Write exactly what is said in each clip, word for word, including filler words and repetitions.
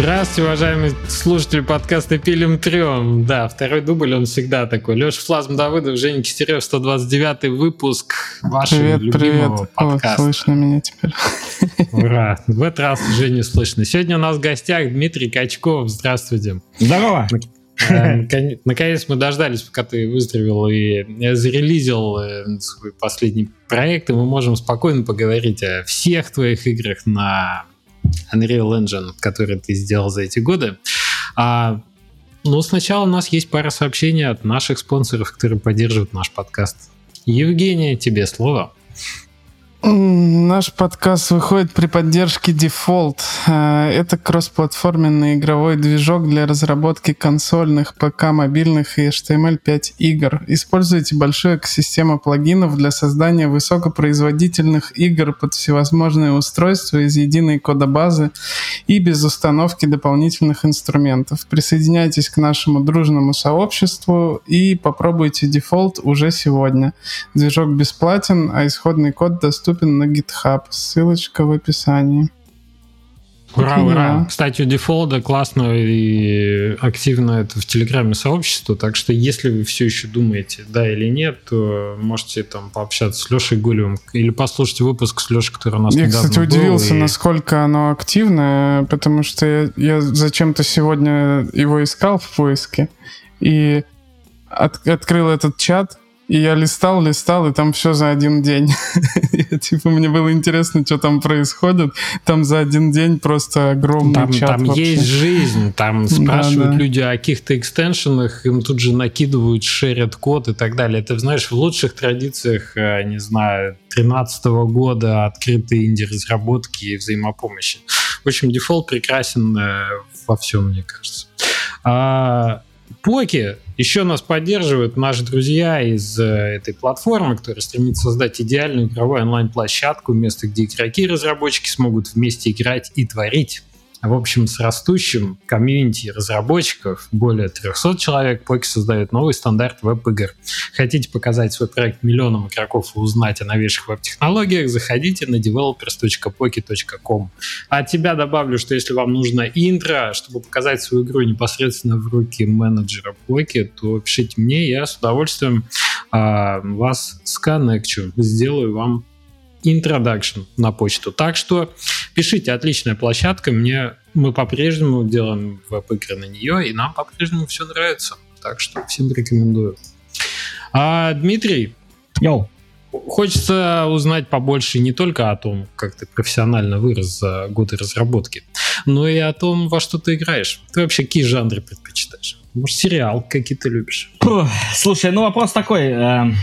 Здравствуйте, уважаемые слушатели подкаста «Пилим трем». Да, второй дубль, он всегда такой. Леша Флазм Давыдов, Женя Кистерев, сто двадцать девятый выпуск вашего привет, любимого привет. подкаста. О, слышно меня теперь. Ура! В этот раз Женю слышно. Сегодня у нас в гостях Дмитрий Качков. Здравствуйте. Здорово! Наконец мы дождались, пока ты выздоровел и зарелизил свой последний проект, и мы можем спокойно поговорить о всех твоих играх на Unreal Engine, которые ты сделал за эти годы. А, ну, сначала у нас есть пара сообщений от наших спонсоров, которые поддерживают наш подкаст. Евгения, тебе слово. Наш подкаст выходит при поддержке Default. Это кроссплатформенный игровой движок для разработки консольных, ПК, мобильных и эйч ти эм эль пять игр. Используйте большую экосистему плагинов для создания высокопроизводительных игр под всевозможные устройства из единой кодобазы и без установки дополнительных инструментов. Присоединяйтесь к нашему дружному сообществу и попробуйте Default уже сегодня. Движок бесплатен, а исходный код доступен на GitHub. Ссылочка в описании. Ура, ура! Да. Кстати, у Default классно и активно это в Телеграме сообщество, так что если вы все еще думаете, да или нет, то можете там пообщаться с Лешей Гулевым или послушать выпуск с Лешей, который у нас я, недавно был. Я, кстати, удивился, и... насколько оно активно, потому что я, я зачем-то сегодня его искал в поиске и от, открыл этот чат. И я листал, листал, и там все за один день. Типа, мне было интересно, что там происходит. Там за один день просто огромный там, чат. Там вообще. Есть жизнь, там спрашивают да, да. люди о каких-то экстеншенах, им тут же накидывают, шерят код и так далее. Это, знаешь, в лучших традициях, не знаю, тринадцатого года открытой инди-разработки и взаимопомощи. В общем, Default прекрасен во всем, мне кажется. А, Поки еще нас поддерживают наши друзья из э, этой платформы, которая стремится создать идеальную игровую онлайн-площадку, место, где игроки и разработчики смогут вместе играть и творить. В общем, с растущим комьюнити разработчиков, более триста человек, Поки создает новый стандарт веб-игр. Хотите показать свой проект миллионам игроков и узнать о новейших веб-технологиях, заходите на девелоперс точка поки точка ком. А от тебя добавлю, что если вам нужно интро, чтобы показать свою игру непосредственно в руки менеджера Поки, то пишите мне, я с удовольствием а, вас сконнекчу, сделаю вам introduction на почту. Так что пишите, отличная площадка, мне, мы по-прежнему делаем веб-игры на нее, и нам по-прежнему все нравится. Так что всем рекомендую. А, Дмитрий, Йоу. Хочется узнать побольше не только о том, как ты профессионально вырос за годы разработки, но и о том, во что ты играешь. Ты вообще какие жанры предпочитаешь? Может, сериал какие ты любишь? Фух, слушай, ну вопрос такой э,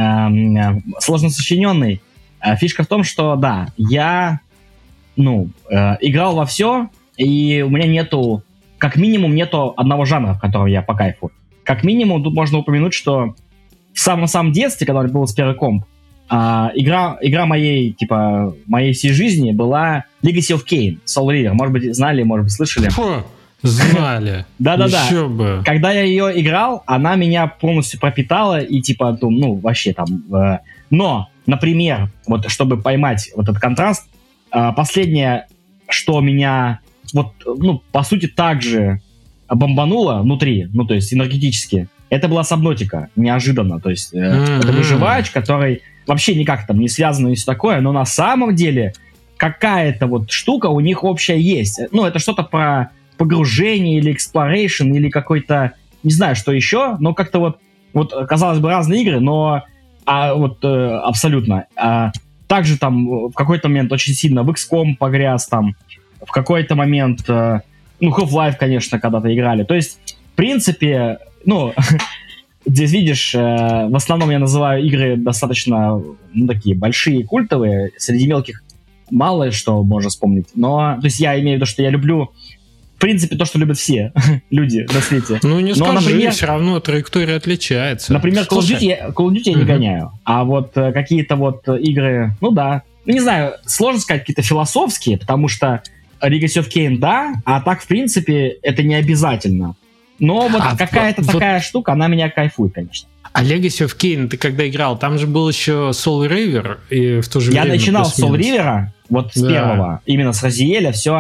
э, сложно сочиненный. Фишка в том, что, да, я, ну, э, играл во все, и у меня нету, как минимум, нету одного жанра, в котором я по кайфу. Как минимум, тут можно упомянуть, что в самом-самом детстве, когда был с первый комп, э, игра, игра моей, типа, моей всей жизни была Legacy of Kain, Soul River. Может быть, знали, может быть, слышали. Фу, знали. Да-да-да. Еще бы. Когда я ее играл, она меня полностью пропитала, и, типа, ну, вообще там... Э, но... Например, вот чтобы поймать вот этот контраст, последнее, что меня, вот, ну, по сути, также бомбануло внутри, ну, то есть энергетически, это была Subnautica, неожиданно. То есть mm-hmm. это выживач, который вообще никак там не связан и все такое, но на самом деле какая-то вот штука у них общая есть. Ну, это что-то про погружение или exploration, или какой-то, не знаю, что еще, но как-то вот, вот казалось бы, разные игры, но А вот э, абсолютно. А, также там в какой-то момент очень сильно в икс ком погряз, там в какой-то момент, э, ну, Half-Life, конечно, когда-то играли. То есть, в принципе, ну, здесь видишь, э, в основном я называю игры достаточно, ну, такие большие, культовые. Среди мелких мало что можно вспомнить. Но, то есть я имею в виду, что я люблю, в принципе, то, что любят все люди на свете. Ну, не Но, скажи, например, все равно траектория отличается. Например, Call of Duty, я, Call of Duty я uh-huh. не гоняю. А вот э, какие-то вот игры, ну да. Ну, не знаю, сложно сказать, какие-то философские, потому что Legacy of Kain, да, а так, в принципе, это не обязательно. Но вот а, какая-то вот, такая вот... штука, она меня кайфует, конечно. А Legacy of Kain, ты когда играл, там же был еще Soul River, и в то же я время... Я начинал с Soul River, вот с да. первого, именно с Разиэля, все.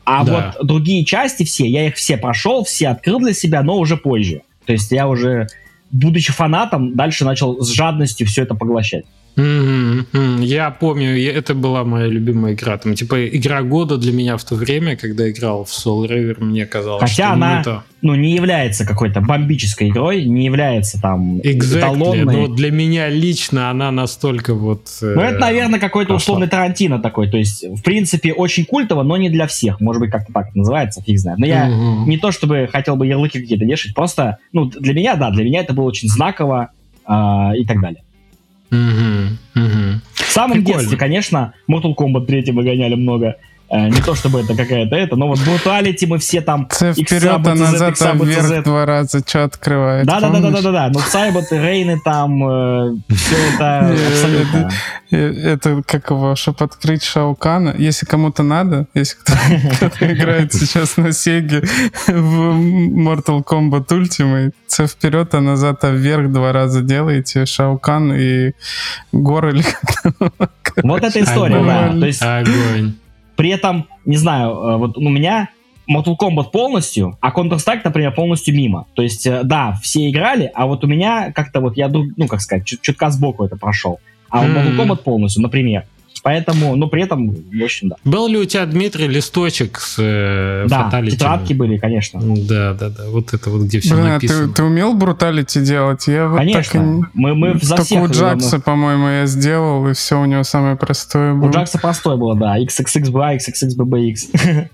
А Да. вот другие части все, я их все прошел, все открыл для себя, но уже позже. То есть я уже, будучи фанатом, дальше начал с жадностью все это поглощать. Мгм, мгм. Я помню, я- это была моя любимая игра. Там, типа, игра года для меня в то время, когда играл в Soul River, мне казалось, Хотя что ну, она это ну, не является какой-то бомбической игрой, не является там exactly, эталонной. но для меня лично она настолько вот... э, Ну, это, наверное, какой-то пошла. условный Тарантино такой. То есть, в принципе, очень культово, но не для всех. Может быть, как-то так это называется, фиг знает. Но я Мгм. не то чтобы хотел бы ярлыки какие-то вешать, просто, ну, для меня, да, для меня это было очень знаково а, и так далее. Мгм, мгм. В самом Прикольно. детстве, конечно, Mortal Kombat три мы гоняли много. Э, Не то чтобы это какая-то это, но вот Brutality мы все там... Це Икса, вперед, а БТЗ, назад, Икса, а вверх БТЗ. два раза. Что открывает? Да-да-да-да-да-да. Ну, Сайбот, Рейны там, все это Не, абсолютно... Э, Это как его, чтобы открыть Шаукана. Если кому-то надо, если кто- кто-то играет сейчас на Сеге в Mortal Kombat Ultimate, це вперед, а назад, а вверх два раза делаете Шаукан и горы. или как там. Вот эта история, Огонь. да. То есть Огонь. при этом, не знаю, э, вот у меня Mortal Kombat полностью, а Counter-Strike, например, полностью мимо. То есть, э, да, все играли, а вот у меня как-то вот я, ду- ну, как сказать, чуть- чутка сбоку это прошел. А вот Mortal М. Kombat полностью, например. Поэтому, но при этом, в общем, да. Был ли у тебя, Дмитрий, листочек с э, Да, фаталитями? тетрадки были, конечно. Да, да, да. Вот это вот, где все Блин, а написано. ты, ты умел бруталити делать? Я вот так и Конечно. не- Мы, мы за Только всех... у Джакса, по-моему, я сделал, и все у него самое простое У было. Джакса простое было, да. икс икс икс би ай, икс икс икс би би икс.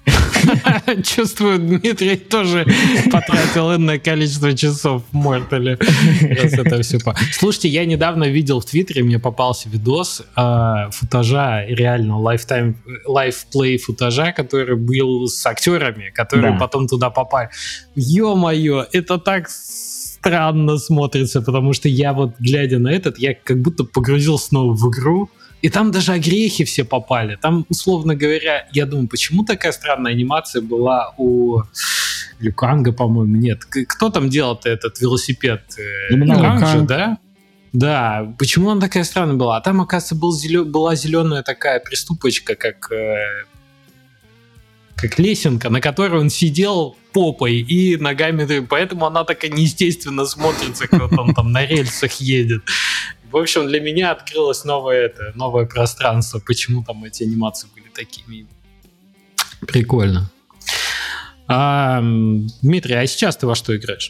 Чувствую, Дмитрий тоже потратил энное количество часов в Мортале. Раз это все по- Слушайте, я недавно видел в Твиттере, мне попался видос э, футажа, реально лайфтайм, лайфплей футажа, который был с актерами, которые Да. потом туда попали. Ё-моё, это так странно смотрится, потому что я вот, глядя на этот, я как будто погрузился снова в игру, и там даже огрехи все попали. Там, условно говоря, я думаю, почему такая странная анимация была у Люканга, по-моему, нет. К- Кто там делал-то этот велосипед? Э, Именно Люканг же, Люканг. да? Да, почему она такая странная была? А там, оказывается, был зелё- была зеленая такая приступочка, как, э, как лесенка, на которой он сидел попой и ногами, поэтому она такая неестественно смотрится, когда он там на рельсах едет. В общем, для меня открылось новое, это, новое пространство, почему там эти анимации были такими. Прикольно. А, м, Дмитрий, а сейчас ты во что играешь?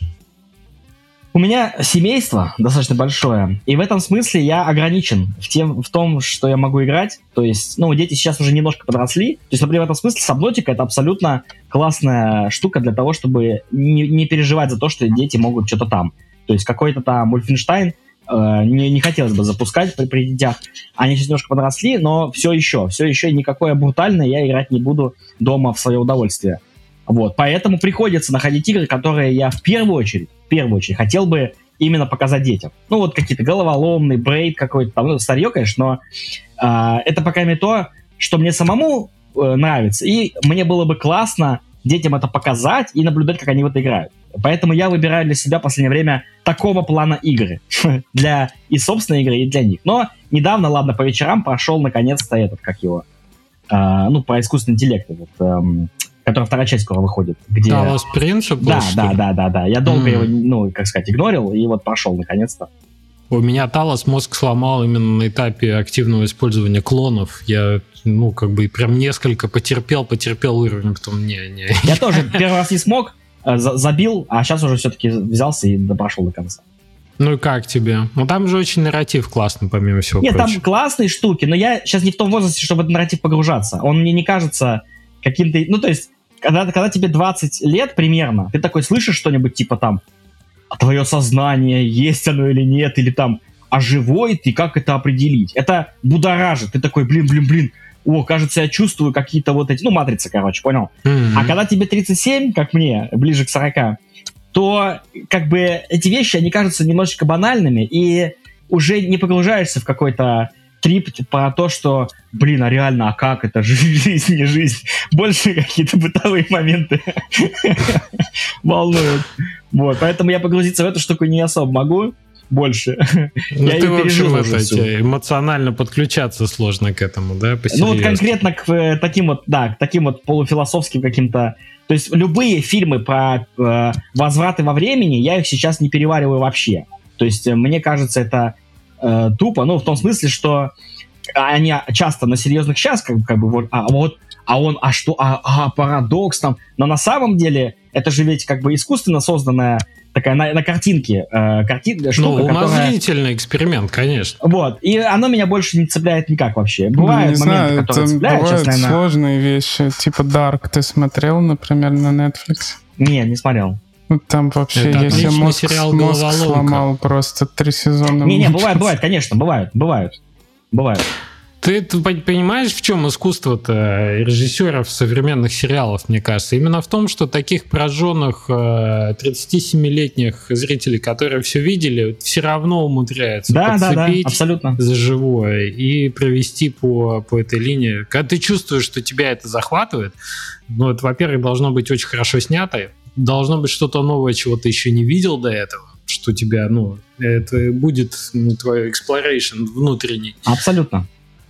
У меня семейство достаточно большое, и в этом смысле я ограничен в, тем, в том, что я могу играть. То есть, ну, дети сейчас уже немножко подросли. То есть, например, в этом смысле Сабнотика — это абсолютно классная штука для того, чтобы не, не переживать за то, что дети могут что-то там. То есть какой-то там Wolfenstein э, не, не хотелось бы запускать при, при детях. Они сейчас немножко подросли, но все еще, все еще никакое брутальное я играть не буду дома в свое удовольствие. Вот, поэтому приходится находить игры, которые я в первую очередь, в первую очередь хотел бы именно показать детям. Ну, вот какие-то головоломные, брейд какой-то, там, ну, старье, конечно, но э, это, по крайней мере, то, что мне самому э, нравится. И мне было бы классно детям это показать и наблюдать, как они в это играют. Поэтому я выбираю для себя в последнее время такого плана игры. Для и собственной игры, и для них. Но недавно, ладно, по вечерам прошел наконец-то этот, как его, э, ну, про искусственный интеллект, этот, эм, который вторая часть скоро выходит. Где... Dallas Principle, Да, что да, ли? да, да, да. Я долго М. его, ну, как сказать, игнорил, и вот прошел наконец-то. У меня Талос мозг сломал именно на этапе активного использования клонов. Я, ну, как бы прям несколько потерпел, потерпел уровень, потом не, не. Я тоже первый раз не смог, э, за- забил, а сейчас уже все-таки взялся и прошел до конца. Ну и как тебе? Ну там же очень нарратив классный, помимо всего Нет, там прочего. классные штуки, но я сейчас не в том возрасте, чтобы в этот нарратив погружаться. Он мне не кажется каким-то... Ну, то есть, когда, когда тебе двадцать лет примерно, ты такой слышишь что-нибудь типа там, а твое сознание, есть оно или нет, или там, а живой ты, как это определить? Это будоражит. Ты такой, блин, блин, блин, о, кажется, я чувствую какие-то вот эти... Ну, матрица, короче, понял? Мгм. А когда тебе тридцать семь, как мне, ближе к сорока, то как бы эти вещи, они кажутся немножечко банальными, и уже не погружаешься в какой-то трип про то, что, блин, а реально, а как это, жизнь, не жизнь. Больше какие-то бытовые моменты волнуют. Вот, поэтому я погрузиться в эту штуку не особо могу. больше. Ну, Я ты, ее в пережил общем, уже это, всю. тебе эмоционально подключаться сложно к этому, да, Ну, посерьезно? вот конкретно к э, таким вот, да, к таким вот полуфилософским каким-то... То есть любые фильмы про э, возвраты во времени, я их сейчас не перевариваю вообще. То есть э, мне кажется, это э, тупо, ну, в том смысле, что они часто на серьезных сейчас, как, как бы, вот, а вот, а он, а что, а, а парадокс там. Но на самом деле это же ведь как бы искусственно созданная такая на, на картинке э, картин, штука, Ну, которая... умозрительный эксперимент, конечно. Вот, и оно меня больше не цепляет никак вообще. Бывают не моменты, знаю, которые там цепляют, бывают сейчас, наверное... сложные вещи, типа Dark ты смотрел, например, на Netflix? Не, не смотрел. Ну, там вообще, Это если отличный мозг, сериал мозг «Головоломка». сломал просто три сезона. Не-не, мучился. бывает, бывает, конечно, бывают, бывают. Бывают. Ты, ты понимаешь, в чем искусство-то режиссеров современных сериалов, мне кажется? Именно в том, что таких прожженных э, тридцатисемилетних зрителей, которые все видели, все равно умудряются Да, да, да, подцепить абсолютно. за живое и провести по, по этой линии. Когда ты чувствуешь, что тебя это захватывает, ну, это, во-первых, должно быть очень хорошо снято, должно быть что-то новое, чего ты еще не видел до этого, что тебя, ну, это будет ну, твой exploration внутренний. Абсолютно.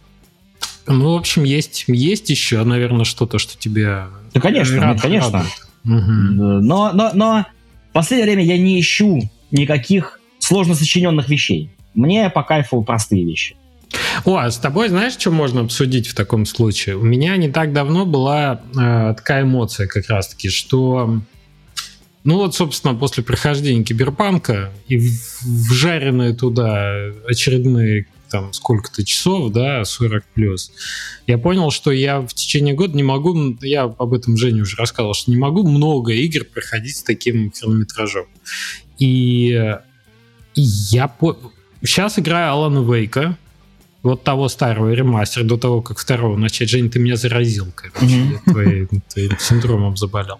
Ну, в общем, есть, есть еще, наверное, что-то, что тебе... Да, конечно, рад- нет, конечно. радует. Мгм. Но, но, но в последнее время я не ищу никаких сложно сочиненных вещей. Мне по кайфу простые вещи. О, а с тобой знаешь, что можно обсудить в таком случае? У меня не так давно была э, такая эмоция как раз-таки, что... Ну вот, собственно, после прохождения Киберпанка и в- вжаренные туда очередные там сколько-то часов, да, сорок плюс, я понял, что я в течение года не могу, я об этом Жене уже рассказывал, что не могу много игр проходить с таким хронометражом. И, и я по... сейчас играю Алана Вейка, вот того старого ремастера, до того, как второго начать. Жень, ты меня заразил, короче, Мгм. я твоим, твоим синдромом заболел.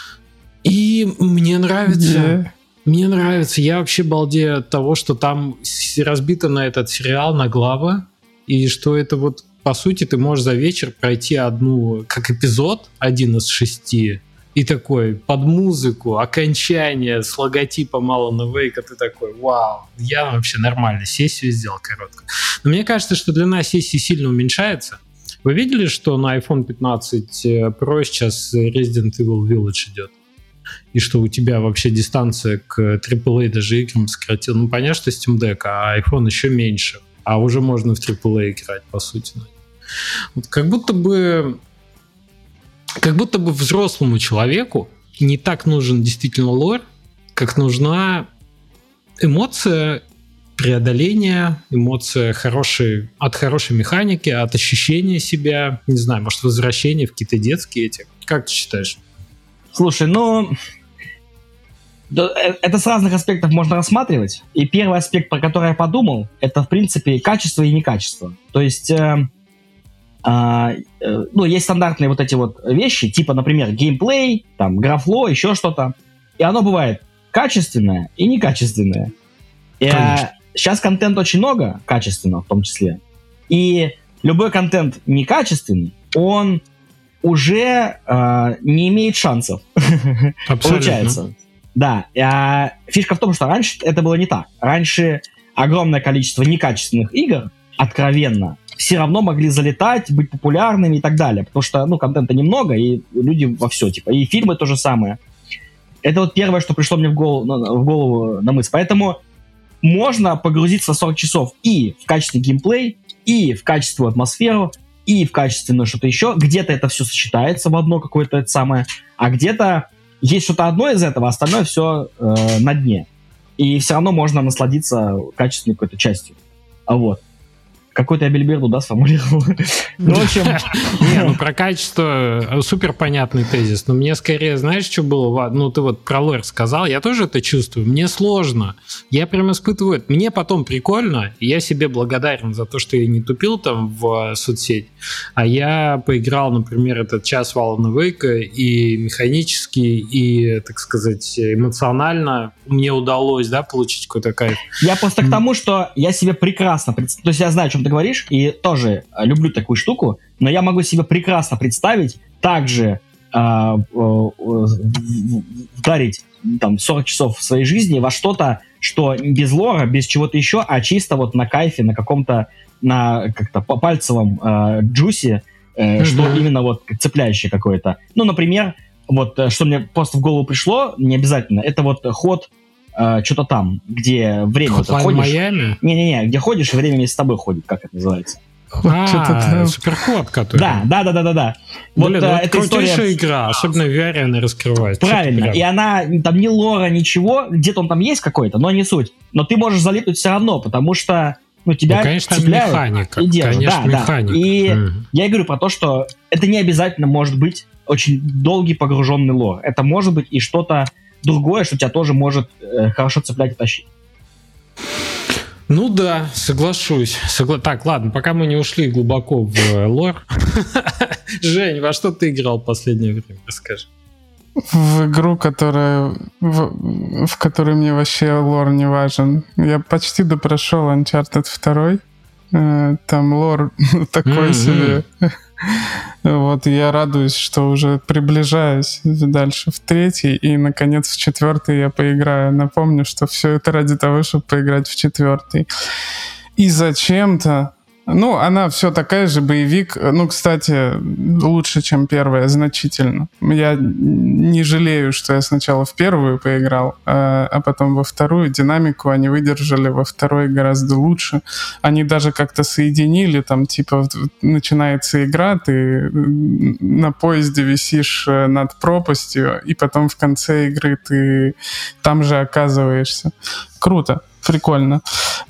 И мне нравится... Yeah. Мне нравится. Я вообще балдею от того, что там с- разбито на этот сериал на главы, и что это вот, по сути, ты можешь за вечер пройти одну, как эпизод, один из шести, и такой, под музыку, окончание с логотипом Алана Вейка, ты такой, вау, я вообще нормально сессию сделал короткую. Но мне кажется, что длина сессии сильно уменьшается. Вы видели, что на айфон пятнадцать Pro сейчас Resident Evil Village идет? И что у тебя вообще дистанция к трипл эй даже играм сократила. Ну, понятно, что Steam Deck, а iPhone еще меньше. А уже можно в трипл эй играть, по сути. Вот как будто бы как будто бы взрослому человеку не так нужен действительно лор, как нужна эмоция преодоления, эмоция хорошей, от хорошей механики, от ощущения себя, не знаю, может, возвращения в какие-то детские эти. Как ты считаешь? Слушай, ну... да, э- это с разных аспектов можно рассматривать. И первый аспект, про который я подумал, это, в принципе, качество и некачество. То есть... э, а, э, ну, есть стандартные вот эти вот вещи, типа, например, геймплей, там, графло, еще что-то. И оно бывает качественное и некачественное. И, э, Конечно. сейчас контент очень много, качественного в том числе. И любой контент некачественный, он уже э, не имеет шансов. Абсолютно. Получается. Да. А фишка в том, что раньше это было не так. Раньше огромное количество некачественных игр, откровенно, все равно могли залетать, быть популярными и так далее. Потому что, ну, контента немного, и люди во все, типа. И фильмы то же самое. Это вот первое, что пришло мне в голову, в голову на мысль. Поэтому можно погрузиться на сорок часов и в качественный геймплей, и в качественную атмосферу, и в качественное что-то еще. Где-то это все сочетается в одно какое-то это самое, а где-то есть что-то одно из этого, а остальное все э, на дне. И все равно можно насладиться качественной какой-то частью. А вот. Какой-то я бельберду, да, сформулировал? Ну, в общем... Не, ну про качество супер понятный тезис, но мне скорее, знаешь, что было? ва- Ну ты вот про лор сказал, я тоже это чувствую, мне сложно, я прям испытываю, это. Мне потом прикольно, и я себе благодарен за то, что я не тупил там в соцсеть, а я поиграл, например, этот час в Алана Вейка, и механически, и, так сказать, эмоционально мне удалось, да, получить какой-то кайф. Я просто к тому, что я себе прекрасно... пред- То есть я знаю, о чем ты говоришь, и тоже э, люблю такую штуку, но я могу себе прекрасно представить также э, э, э, в- в- вдарить там сорок часов в своей жизни во что-то, что без лора, без чего-то еще, а чисто вот на кайфе, на каком-то, на как-то по пальцевом э, джусе, э, mm-hmm. что именно вот цепляющее какое-то. Ну, например, вот что мне просто в голову пришло, не обязательно, это вот ход э, что-то там, где время вот ходишь. Майами? Не-не-не, где ходишь, и время вместе с тобой ходит, как это называется? А, суперход, который. Да, да, да, да, да, да. Вот, Блин, это крутейшая история... игра, особенно в ви ар она раскрывается. Правильно, и она, там ни лора, ничего, где-то он там есть какой-то, но не суть. Но ты можешь залипнуть все равно, потому что ну, тебя ну, конечно, цепляют механика. И держат. Конечно, да, механика. Да. И mm. я и говорю про то, что это не обязательно может быть очень долгий погруженный лор. Это может быть и что-то другое, что тебя тоже может э, хорошо цеплять и тащить. Ну да, соглашусь. Согла... Так, ладно, пока мы не ушли глубоко в э, лор. Жень, во что ты играл в последнее время? Расскажи. В игру, которая в, в которой мне вообще лор не важен. Я почти допрошел Uncharted два. Там лор такой mm-hmm. себе. Вот, я радуюсь, что уже приближаюсь дальше в третий, и, наконец, в четвертый я поиграю. Напомню, что все это ради того, чтобы поиграть в четвертый. И зачем-то... Ну, она все такая же, боевик. Ну, кстати, лучше, чем первая, значительно. Я не жалею, что я сначала в первую поиграл, а, а потом во вторую. Динамику они выдержали во второй гораздо лучше. Они даже как-то соединили, там, типа, начинается игра, ты на поезде висишь над пропастью, и потом в конце игры ты там же оказываешься. Круто. Прикольно.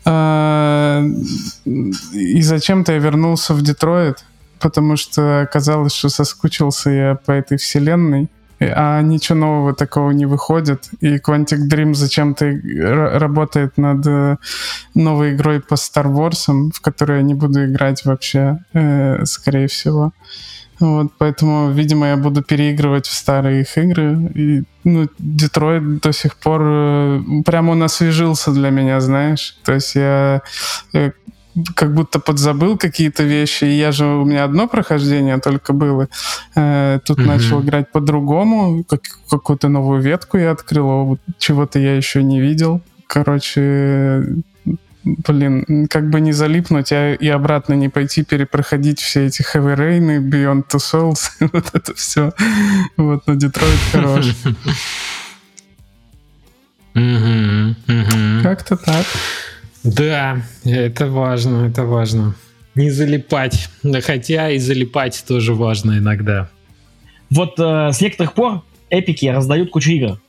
И зачем-то я вернулся в Детройт, потому что оказалось, что соскучился я по этой вселенной, а ничего нового такого не выходит. И Quantic Dream зачем-то работает над новой игрой по Star Wars, в которую я не буду играть вообще, скорее всего. Вот, поэтому, видимо, я буду переигрывать в старые их игры. И, ну, Детройт до сих пор э, прямо он освежился для меня, знаешь. То есть я э, как будто подзабыл какие-то вещи. И я же, у меня одно прохождение только было. Э, тут mm-hmm. начал играть по-другому. Как, какую-то новую ветку я открыл. Вот, чего-то я еще не видел. Короче... Блин, как бы не залипнуть, а и обратно не пойти перепроходить все эти Heavy Rain, Beyond Two Souls, вот это все. Вот, но Детройт хорош. Как-то так. Да, это важно, это важно. Не залипать. Хотя и залипать тоже важно иногда. Вот э, с некоторых пор эпики раздают кучу игр.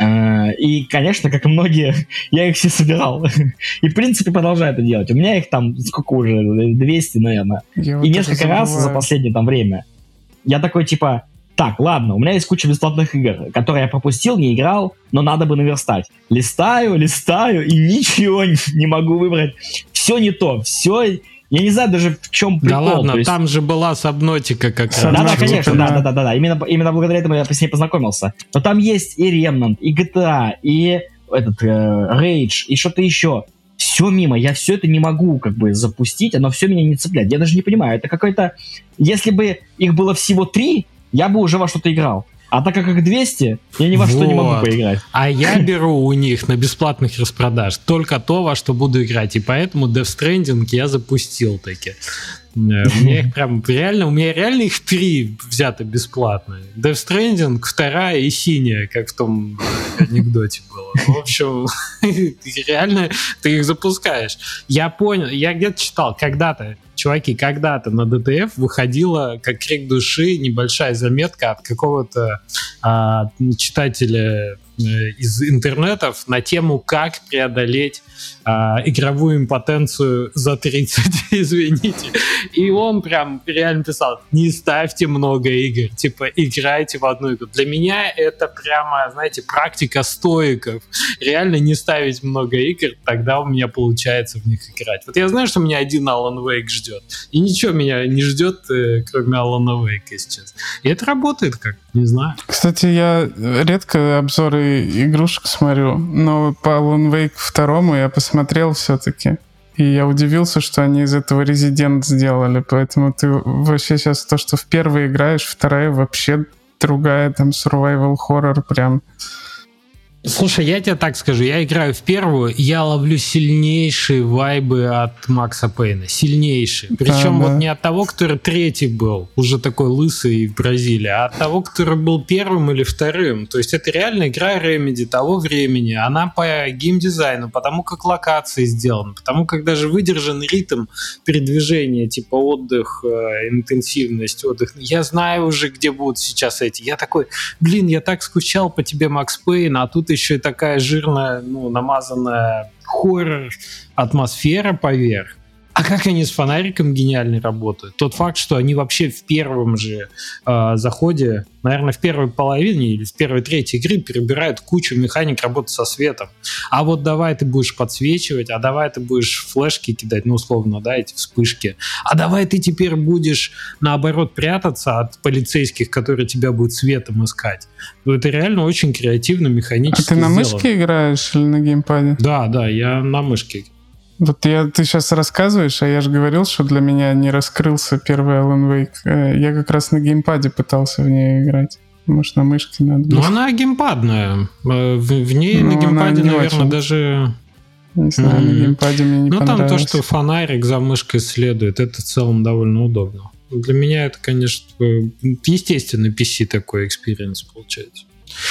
И, конечно, как и многие, я их все собирал. И, в принципе, продолжаю это делать. У меня их там, сколько уже, двести, наверное. Я и вот несколько раз за последнее там время я такой, типа, так, ладно, у меня есть куча бесплатных игр, которые я пропустил, не играл, но надо бы наверстать. Листаю, листаю, и ничего не могу выбрать. Все не то, все... Я не знаю даже в чем прикол. Да ладно, есть... там же была Сабнотика как раз. Да-да, конечно, да-да-да. Именно, именно благодаря этому я с ней познакомился. Но там есть и Remnant, и джи ти эй, и этот э, Rage, и что-то еще. Все мимо, я все это не могу как бы запустить, оно все меня не цепляет. Я даже не понимаю, это какой-то... Если бы их было всего три, я бы уже во что-то играл. А так как их двести, я ни во вот. что не могу поиграть. А я беру у них на бесплатных распродаж только то, во что буду играть. И поэтому Death Stranding я запустил таки. У меня их прям реально, у меня реально их три взято бесплатно. Death Stranding, вторая и синяя, как в том анекдоте было. В общем, реально ты их запускаешь. Я понял, я где-то читал, когда-то, чуваки, когда-то на ди ти эф выходила, как крик души, небольшая заметка от какого-то а, читателя из интернетов на тему, как преодолеть а, игровую импотенцию за тридцать, извините. И он прям реально писал: не ставьте много игр, типа играйте в одну игру. Для меня это прямо, знаете, практика стоиков. Реально не ставить много игр, тогда у меня получается в них играть. Вот я знаю, что меня один Alan Wake ждет, и ничего меня не ждет, кроме Alan Wake сейчас. И это работает как, не знаю. Кстати, я редко обзоры игрушек смотрю, но по Alan Wake второму я посмотрел все-таки. И я удивился, что они из этого Resident сделали. Поэтому ты вообще сейчас то, что в первой играешь, вторая вообще другая, там survival horror прям. Слушай, я тебе так скажу, я играю в первую, я ловлю сильнейшие вайбы от Макса Пейна, сильнейшие. Причем да, вот да. не от того, который третий был, уже такой лысый в Бразилии, а от того, который был первым или вторым. То есть это реально игра Remedy того времени. Она по геймдизайну, потому как локации сделаны, потому как даже выдержан ритм передвижения, типа отдых, э, интенсивность, отдых. Я знаю уже, где будут сейчас эти. Я такой, блин, я так скучал по тебе, Макс Пейн, а тут еще и такая жирная, ну, намазанная хоррор атмосфера поверх. А как они с фонариком гениально работают. Тот факт, что они вообще в первом же э, заходе, наверное, в первой половине или в первой трети игры перебирают кучу механик работы со светом. А вот давай ты будешь подсвечивать, а давай ты будешь флешки кидать, ну, условно, да, эти вспышки. А давай ты теперь будешь, наоборот, прятаться от полицейских, которые тебя будут светом искать. Ну, это реально очень креативно, механически А ты на сделано. мышке играешь или на геймпаде? Да, да, я на мышке. Вот я, ты сейчас рассказываешь, а я же говорил, что для меня не раскрылся первый Alan Wake. Я как раз на геймпаде пытался в нее играть. Может, на мышке надо. Ну, она геймпадная. В, в ней ну, на геймпаде, наверное, очень. даже... Не знаю, mm-hmm. на геймпаде мне не ну, понравилось. Ну, там то, что фонарик за мышкой следует, это в целом довольно удобно. Для меня это, конечно, естественный пи си такой экспириенс получается.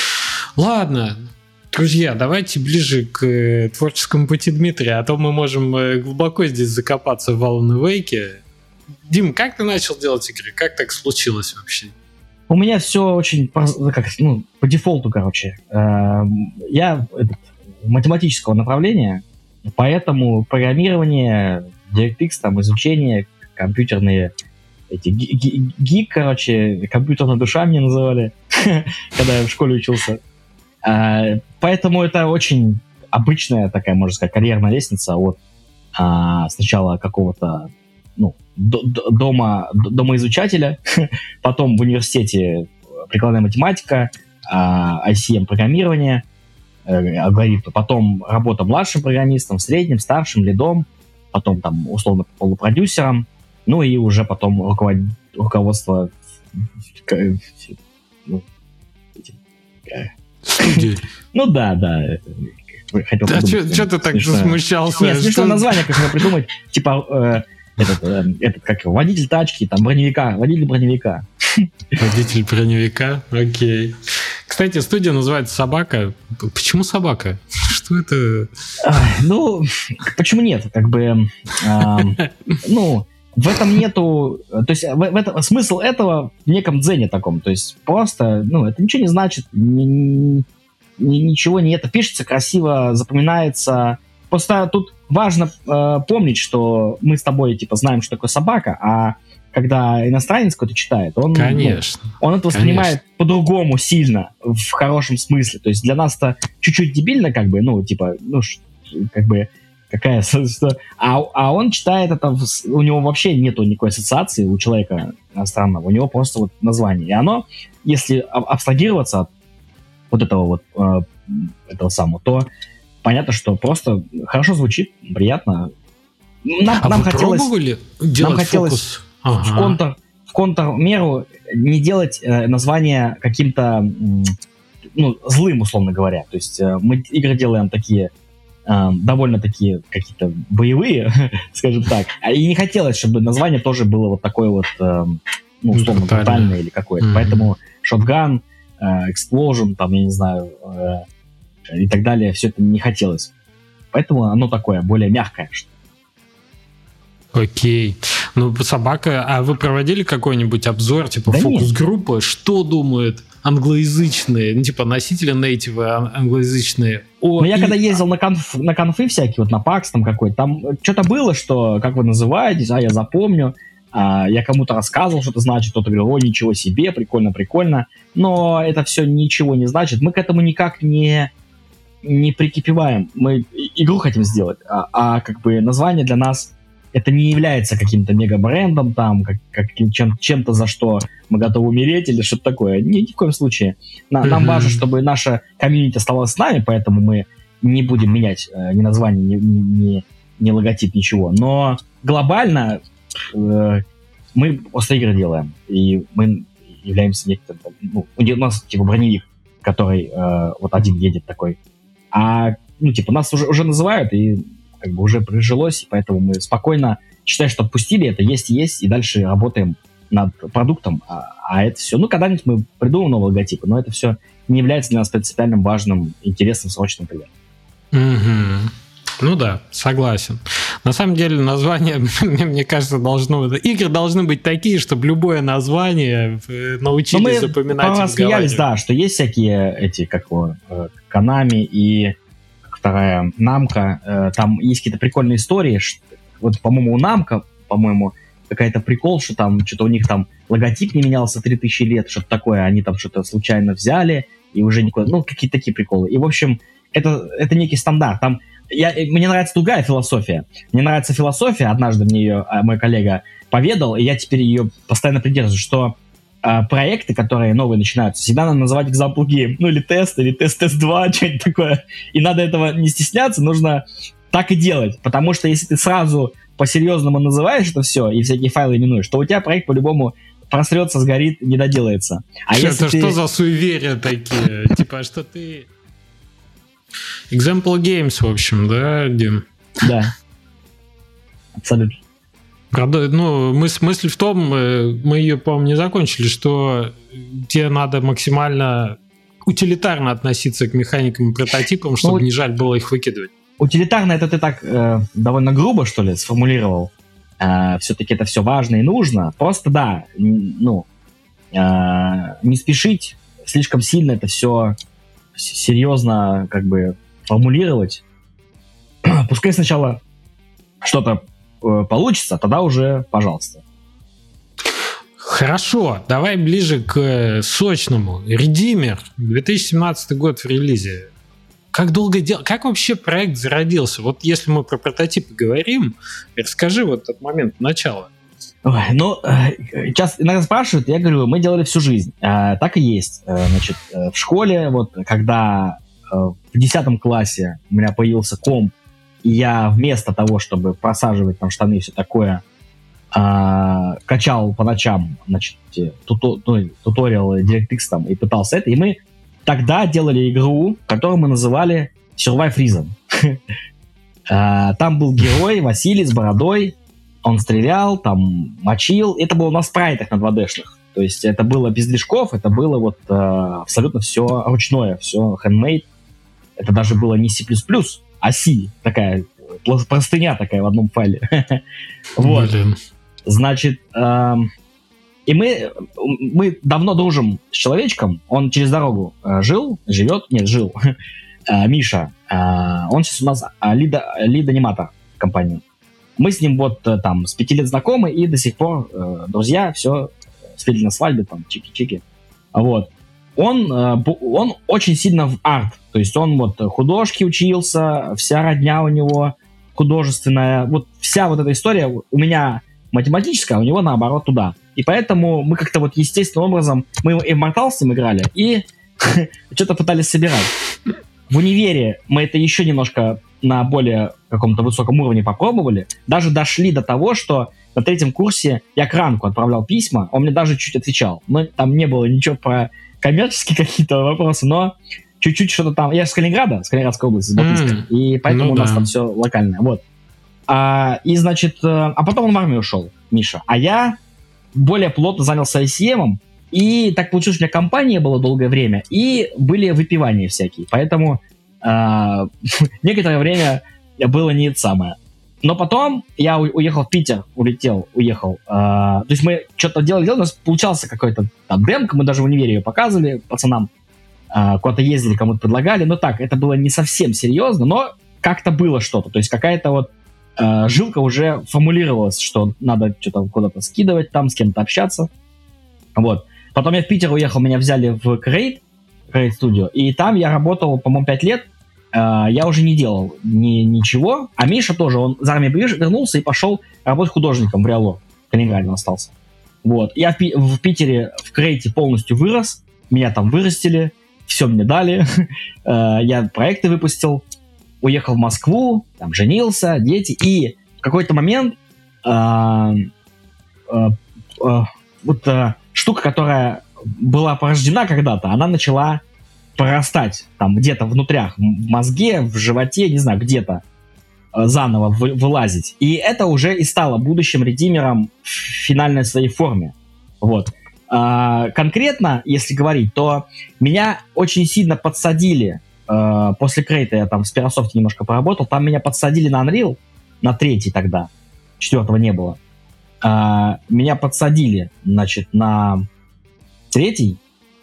Ладно. Друзья, давайте ближе к э, творческому пути Дмитрия, а то мы можем э, глубоко здесь закопаться в Alan Wake. Дим, как ты начал делать игры? Как так случилось вообще? У меня все очень как, ну, по дефолту, короче. Э, я этот, математического направления, поэтому программирование, DirectX, там, изучение, компьютерные эти гик, короче, компьютерная душа мне называли, когда я в школе учился. Uh, поэтому это очень обычная такая, можно сказать, карьерная лестница от uh, сначала какого-то ну, д- д- дома, д- домоизучателя, потом в университете прикладная математика, uh, ай си эм-программирование, uh, алгоритмы, потом работа младшим программистом, средним, старшим, лидом, потом там условно полупродюсером, ну и уже потом руковод... руководство ну, студии. Ну да, да. Хотел да, что ты так засмущался? Нет, смешное название, как его придумать. Типа, э, этот, э, этот, как его, водитель тачки, там, броневика, водитель броневика. Водитель броневика? Окей. Кстати, студия называется «Собака». Почему «Собака»? Что это? А, ну, почему нет? Как бы, э, ну... В этом нету... То есть в, в этом, смысл этого в неком дзене таком. То есть просто, ну, это ничего не значит, ни, ни, ничего не это. Пишется красиво, запоминается. Просто тут важно э, помнить, что мы с тобой, типа, знаем, что такое собака, а когда иностранец какой-то читает, он, конечно, ну, он это воспринимает конечно. По-другому сильно, в хорошем смысле. То есть для нас это чуть-чуть дебильно, как бы, ну, типа, ну, как бы... Какая, а, а он читает это, у него вообще нету никакой ассоциации у человека иностранного, у него просто вот название. И оно, если абстрагироваться от вот этого вот, э, этого самого, то понятно, что просто хорошо звучит, приятно. Нам, а нам вы хотелось, пробовали делать нам хотелось фокус? Ага. в, контр, в контрмеру не делать э, название каким-то э, ну, злым, условно говоря. То есть э, мы игры делаем такие довольно такие какие-то боевые, скажем так. И не хотелось, чтобы название тоже было вот такое вот, ну, условно, брутальное или какое-то. Mm-hmm. Поэтому Shotgun, Explosion, там, я не знаю, и так далее, все это не хотелось. Поэтому оно такое, более мягкое. Окей. Ну, собака, а вы проводили какой-нибудь обзор, типа, да фокус-группы? Что думают англоязычные, ну, типа, носители нейтивы англоязычные? О, ну, я и... когда ездил на, конф, на конфы всякие, вот на пакс там какой-то, там что-то было, что, как вы называетесь, а я запомню, а, я кому-то рассказывал, что это значит, кто-то говорил, о, ничего себе, прикольно, прикольно, но это все ничего не значит, мы к этому никак не, не прикипеваем, мы игру хотим сделать, а, а как бы название для нас это не является каким-то мега-брендом, там, как, как чем, чем-то, за что мы готовы умереть или что-то такое. Ни, ни в коем случае. На, mm-hmm. Нам важно, чтобы наша комьюнити оставалась с нами, поэтому мы не будем менять э, ни название, ни, ни, ни логотип, ничего. Но глобально э, мы просто игры делаем, и мы являемся некоторым... Ну, у нас типа броневик. который э, вот один едет такой. А, ну, типа, нас уже, уже называют, и как бы уже прижилось, и поэтому мы спокойно считаем, что отпустили это, есть и есть, и дальше работаем над продуктом, а, а это все, ну, когда-нибудь мы придумаем новые логотипы, но это все не является для нас принципиальным, важным, интересным, срочным примером. Mm-hmm. Ну да, согласен. На самом деле название, мне кажется, должно быть... Игры должны быть такие, чтобы любое название научились запоминать. Мы рассмеялись, да, что есть всякие эти, как его, Konami и вторая Namco, там есть какие-то прикольные истории. Вот, по-моему, у Namco, по-моему, какая-то прикол, что там что-то у них там логотип не менялся три тысячи лет, что-то такое, они там что-то случайно взяли, и уже никуда... Ну, какие-то такие приколы. И, в общем, это, это некий стандарт. Там Я, мне нравится другая философия. Мне нравится философия, однажды мне ее мой коллега поведал, и я теперь ее постоянно придерживаюсь, что э, проекты, которые новые начинаются, всегда надо называть example game, ну или тест, или тест-тест два, что-нибудь такое. И надо этого не стесняться, нужно так и делать, потому что если ты сразу по-серьезному называешь это все, и всякие файлы именуешь, то у тебя проект по-любому просрется, сгорит, не доделается. А что, если это ты... что за суеверия такие? Типа, что ты... Example Games, в общем, да, Дим? Да. Абсолютно. Правда, ну, мысль в том, мы ее, по-моему, не закончили, что тебе надо максимально утилитарно относиться к механикам и прототипам, чтобы ну, не жаль было их выкидывать. Утилитарно это ты так э, довольно грубо, что ли, сформулировал. Э, все-таки это все важно и нужно. Просто, да, ну, э, не спешить слишком сильно это все серьезно как бы формулировать. Пускай сначала что-то э, получится, тогда уже пожалуйста. Хорошо, давай ближе к сочному. Redeemer, две тысячи семнадцатый год в релизе. Как долго делал? Как вообще проект зародился? Вот если мы про прототипы говорим, расскажи вот этот момент начала. Ой, ну, сейчас иногда спрашивают, я говорю, мы делали всю жизнь. А, так и есть. А, значит, в школе, вот, когда а, в десятом классе у меня появился комп, и я вместо того, чтобы просаживать там штаны и все такое, а, качал по ночам, значит, туту, ну, туториалы DirectX там и пытался это, и мы тогда делали игру, которую мы называли Survive Reason. Там был герой Василий с бородой, он стрелял, там, мочил. Это было на спрайтах, на два дэ-шных. То есть это было без движков, это было вот э, абсолютно все ручное, все handmade. Это даже было не C++, а C, такая простыня такая в одном файле. Вот. Значит, и мы, мы давно дружим с человечком, он через дорогу жил, живет, нет, жил, Миша. Он сейчас у нас лид-аниматор в компании. Мы с ним вот там с пяти лет знакомы и до сих пор э, друзья, все, встретили на свадьбе, там, чики-чики. Вот. Он, э, он очень сильно в арт, то есть он вот художки учился, вся родня у него художественная, вот вся вот эта история у меня математическая, а у него наоборот туда. И поэтому мы как-то вот естественным образом, мы и в Immortals с ним играли, и что-то пытались собирать. В универе мы это еще немножко на более каком-то высоком уровне попробовали. Даже дошли до того, что на третьем курсе я к Ранку отправлял письма, он мне даже чуть отвечал. Но там не было ничего про коммерческие какие-то вопросы, но чуть-чуть что-то там... Я же с Калининграда, с Калининградской области, с Балтийска, mm, и поэтому ну у нас да. там все локальное. Вот. А, и, значит... А потом он в армию ушел, Миша. А я более плотно занялся ай си эм, и так получилось, что у меня компания была долгое время, и были выпивания всякие. Поэтому э, некоторое время было не это самое. Но потом я у- уехал в Питер, улетел, уехал. Э, то есть мы что-то делали, делали, у нас получался какой-то там демка, мы даже в универе ее показывали пацанам, э, куда-то ездили, кому-то предлагали. Но так, это было не совсем серьезно, но как-то было что-то. То есть какая-то вот э, жилка уже формулировалась, что надо что-то куда-то скидывать там, с кем-то общаться. Вот. Потом я в Питер уехал, меня взяли в Create, Create Studio, и там я работал, по-моему, пять лет. Э, я уже не делал ни, ничего. А Миша тоже, он из армии вернулся и пошел работать художником в Реало. В Калининграде он остался. Вот. Я в, Пи- в Питере в Create полностью вырос. Меня там вырастили, все мне дали. э, я проекты выпустил. Уехал в Москву, там женился, дети. И в какой-то момент э, э, э, вот... Э, штука, которая была порождена когда-то, она начала прорастать там где-то внутрях, в мозге, в животе, не знаю, где-то э, заново вы, вылазить. И это уже и стало будущим редимером в финальной своей форме. Вот. А, конкретно, если говорить, то меня очень сильно подсадили, э, после Крейта я там в Spirasoft немножко поработал, там меня подсадили на Unreal, на третий тогда, четвертого не было. А, меня подсадили, значит, на третий,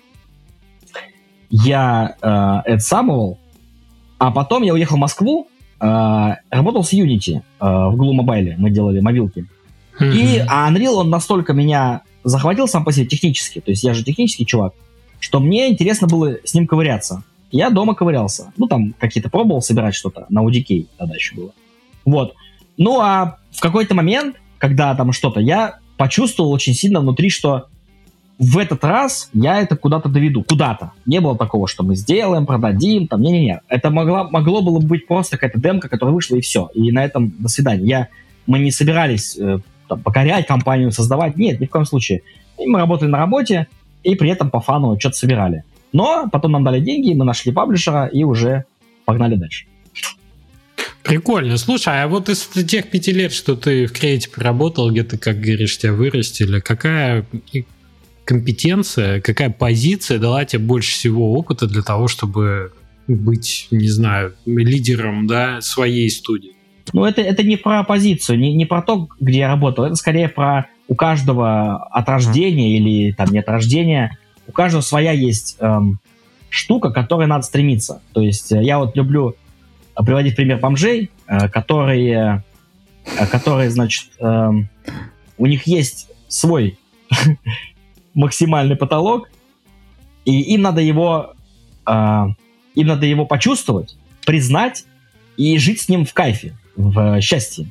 я э, отсамывал, а потом я уехал в Москву, э, работал с Unity э, в Glue Mobile, мы делали мобилки. Mm-hmm. И а Unreal, он настолько меня захватил сам по себе технически, то есть я же технический чувак, что мне интересно было с ним ковыряться. Я дома ковырялся. Ну, там какие-то пробовал собирать что-то, на о ди кей тогда еще было. Вот. Ну, а в какой-то момент, когда там что-то, я почувствовал очень сильно внутри, что в этот раз я это куда-то доведу, куда-то. Не было такого, что мы сделаем, продадим, там, не-не-не. Это могло, могло было быть просто какая-то демка, которая вышла, и все. И на этом до свидания. Я, мы не собирались э, там, покорять компанию, создавать. Нет, ни в коем случае. И мы работали на работе, и при этом по фану что-то собирали. Но потом нам дали деньги, мы нашли паблишера, и уже погнали дальше. Прикольно. Слушай, а вот из тех пяти лет, что ты в Крейте поработал, где ты, как говоришь, тебя вырастили, какая компетенция, какая позиция дала тебе больше всего опыта для того, чтобы быть, не знаю, лидером, да, своей студии? Ну, это, это не про позицию, не, не про то, где я работал, это скорее про у каждого от рождения или там не от рождения, у каждого своя есть эм, штука, к которой надо стремиться. То есть я вот люблю приводить пример бомжей, э, которые, э, которые, значит, э, у них есть свой максимальный потолок, и им надо его, э, им надо его почувствовать, признать и жить с ним в кайфе, в счастье.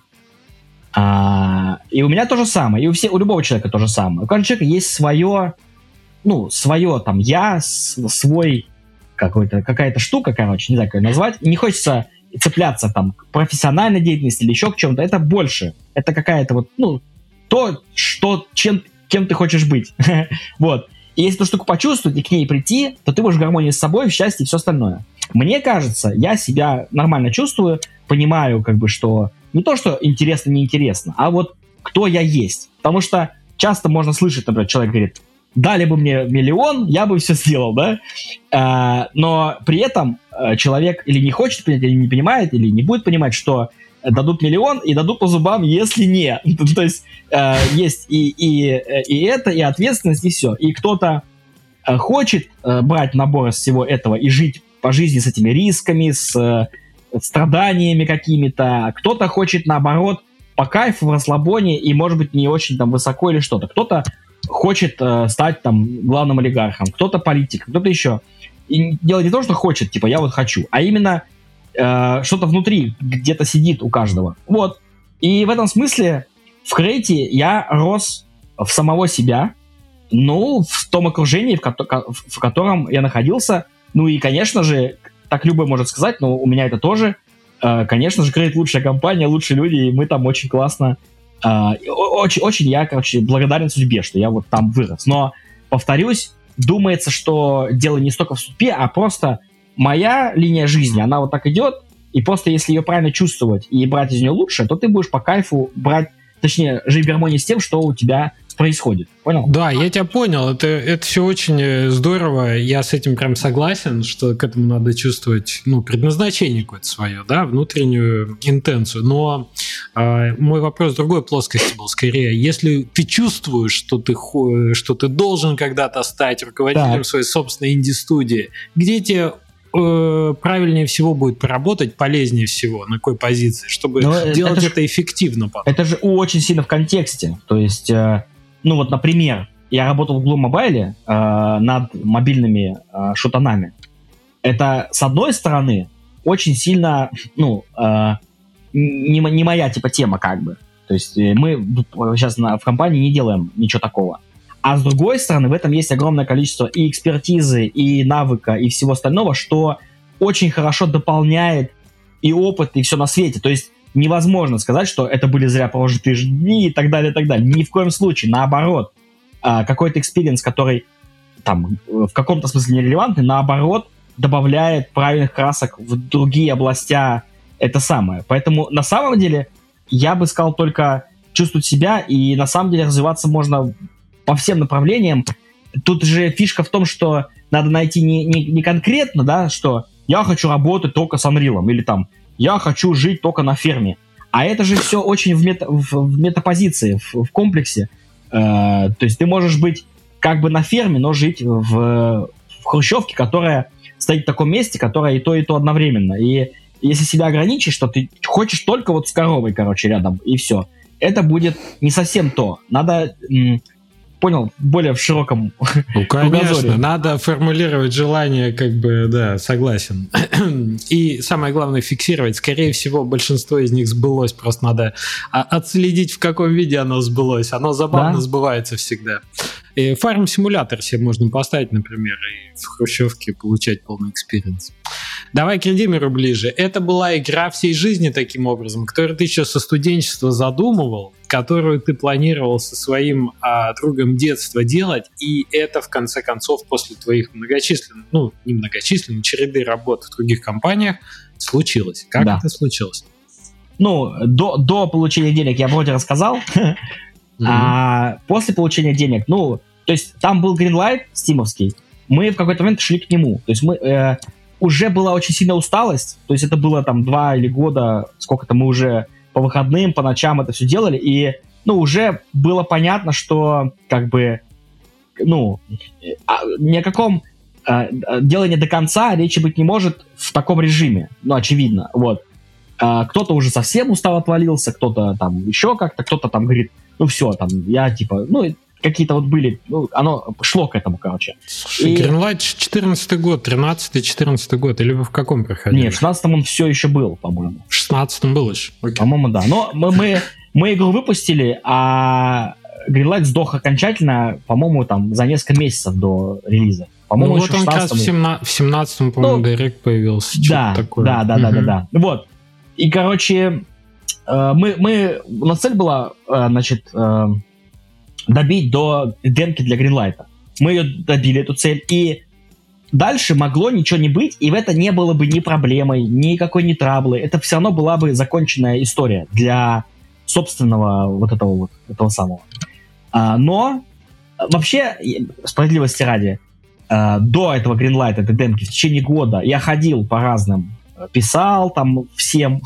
А, и у меня то же самое, и у, все, у любого человека то же самое. У каждого человека есть свое, ну, свое там я, свой какой-то, какая-то штука, короче, не знаю, как ее назвать. И не хочется цепляться там к профессиональной деятельности или еще к чему-то. Это больше. Это какая-то вот, ну, то, что, чем, кем ты хочешь быть. Вот. И если эту штуку почувствовать и к ней прийти, то ты будешь в гармонии с собой, в счастье и все остальное. Мне кажется, я себя нормально чувствую, понимаю, как бы, что не то, что интересно, неинтересно, а вот кто я есть. Потому что часто можно слышать, например, человек говорит, дали бы мне миллион, я бы все сделал, да? А, но при этом человек или не хочет понять, или не понимает, или не будет понимать, что дадут миллион и дадут по зубам, если не. То есть э, есть и, и, и это, и ответственность, и все. И кто-то э, хочет э, брать набор из всего этого и жить по жизни с этими рисками, с э, страданиями какими-то. Кто-то хочет, наоборот, по кайфу, в расслабоне и, может быть, не очень там высоко или что-то. Кто-то хочет э, стать там главным олигархом, кто-то политик, кто-то еще. И дело не то, что хочет, типа, я вот хочу, а именно э, что-то внутри где-то сидит у каждого. Вот. И в этом смысле в Крейте я рос в самого себя, ну, в том окружении, в, ко- в котором я находился. Ну и, конечно же, так любой может сказать, но у меня это тоже. Э, конечно же, Крейт лучшая компания, лучшие люди, и мы там очень классно. Э, очень, очень я, короче, благодарен судьбе, что я вот там вырос. Но, повторюсь, думается, что дело не столько в судьбе, а просто моя линия жизни, она вот так идет, и просто если ее правильно чувствовать и брать из нее лучше, то ты будешь по кайфу брать, точнее, жить в гармонии с тем, что у тебя происходит. Понял? Да, я тебя понял. Это, это все очень здорово. Я с этим прям согласен, что к этому надо чувствовать, ну, предназначение какое-то свое, да, внутреннюю интенцию. Но э, мой вопрос в другой плоскости был скорее. Если ты чувствуешь, что ты, что ты должен когда-то стать руководителем так. своей собственной инди-студии, где тебе э, правильнее всего будет поработать, полезнее всего, на какой позиции, чтобы Но делать это, это ж, эффективно потом? Это же очень сильно в контексте. То есть... Э... Ну вот, например, я работал в Glue Mobile э, над мобильными э, шутанами. Это, с одной стороны, очень сильно, ну, э, не, не моя типа тема как бы. То есть мы сейчас на, в компании не делаем ничего такого. А с другой стороны, в этом есть огромное количество и экспертизы, и навыка, и всего остального, что очень хорошо дополняет и опыт, и все на свете. То есть невозможно сказать, что это были зря прожитые дни и так далее, и так далее. Ни в коем случае. Наоборот, какой-то экспириенс, который там в каком-то смысле нерелевантный, наоборот, добавляет правильных красок в другие областя это самое. Поэтому на самом деле я бы сказал только чувствовать себя, и на самом деле развиваться можно по всем направлениям. Тут же фишка в том, что надо найти не, не, не конкретно, да, что я хочу работать только с Unreal, или там я хочу жить только на ферме. А это же все очень в, мета, в, в метапозиции, в, в комплексе. Э, то есть ты можешь быть как бы на ферме, но жить в, в хрущевке, которая стоит в таком месте, которая и то, и то одновременно. И если себя ограничишь, что ты хочешь только вот с коровой, короче, рядом, и все. Это будет не совсем то. Надо... М- Понял, более в широком ну, конечно, надо формулировать желание, как бы, да, согласен. И самое главное фиксировать. Скорее всего, большинство из них сбылось. Просто надо отследить, в каком виде оно сбылось. Оно забавно да? сбывается всегда. И фарм-симулятор себе можно поставить, например, и в хрущевке получать полный экспириенс. Давай к Редимеру ближе. Это была игра всей жизни таким образом, которую ты еще со студенчества задумывал, которую ты планировал со своим а, другом детства делать, и это, в конце концов, после твоих многочисленных, ну, не многочисленных, череды работ в других компаниях случилось. Как да. это случилось? Ну, до, до получения денег я вроде рассказал, mm-hmm. а после получения денег, ну, то есть там был Greenlight стимовский, мы в какой-то момент шли к нему, то есть мы... Э, уже была очень сильная усталость, то есть это было там два или года, сколько-то мы уже по выходным, по ночам это все делали, и, ну, уже было понятно, что, как бы, ну, ни о каком э, делании до конца речи быть не может в таком режиме, ну, очевидно, вот. А, кто-то уже совсем устал, отвалился, кто-то там еще как-то, кто-то там говорит, ну, все, там, я, типа, ну, какие-то вот были, ну, оно шло к этому, короче. Слушай, и... Greenlight четырнадцатый год, тринадцатый-четырнадцатый год, или вы в каком проходили? Нет, в шестнадцатом он все еще был, по-моему. В шестнадцатом был еще? Окей. По-моему, да. Но мы, мы, мы игру выпустили, а Greenlight сдох окончательно, по-моему, там за несколько месяцев до релиза. По-моему, ну, вот он как раз в семнадцатом, по-моему, ну, Direct появился. Да, такое. да, да, угу. да, да, да. Вот. И, короче, мы, мы, у нас цель была, значит, добить до демки для Greenlight. Мы ее добили, эту цель, и дальше могло ничего не быть, и в это не было бы ни проблемой, никакой ни траблы. Это все равно была бы законченная история для собственного вот этого вот, этого самого. А, но вообще, справедливости ради, а, до этого Greenlight, этой демки, в течение года я ходил по разным, писал там всем,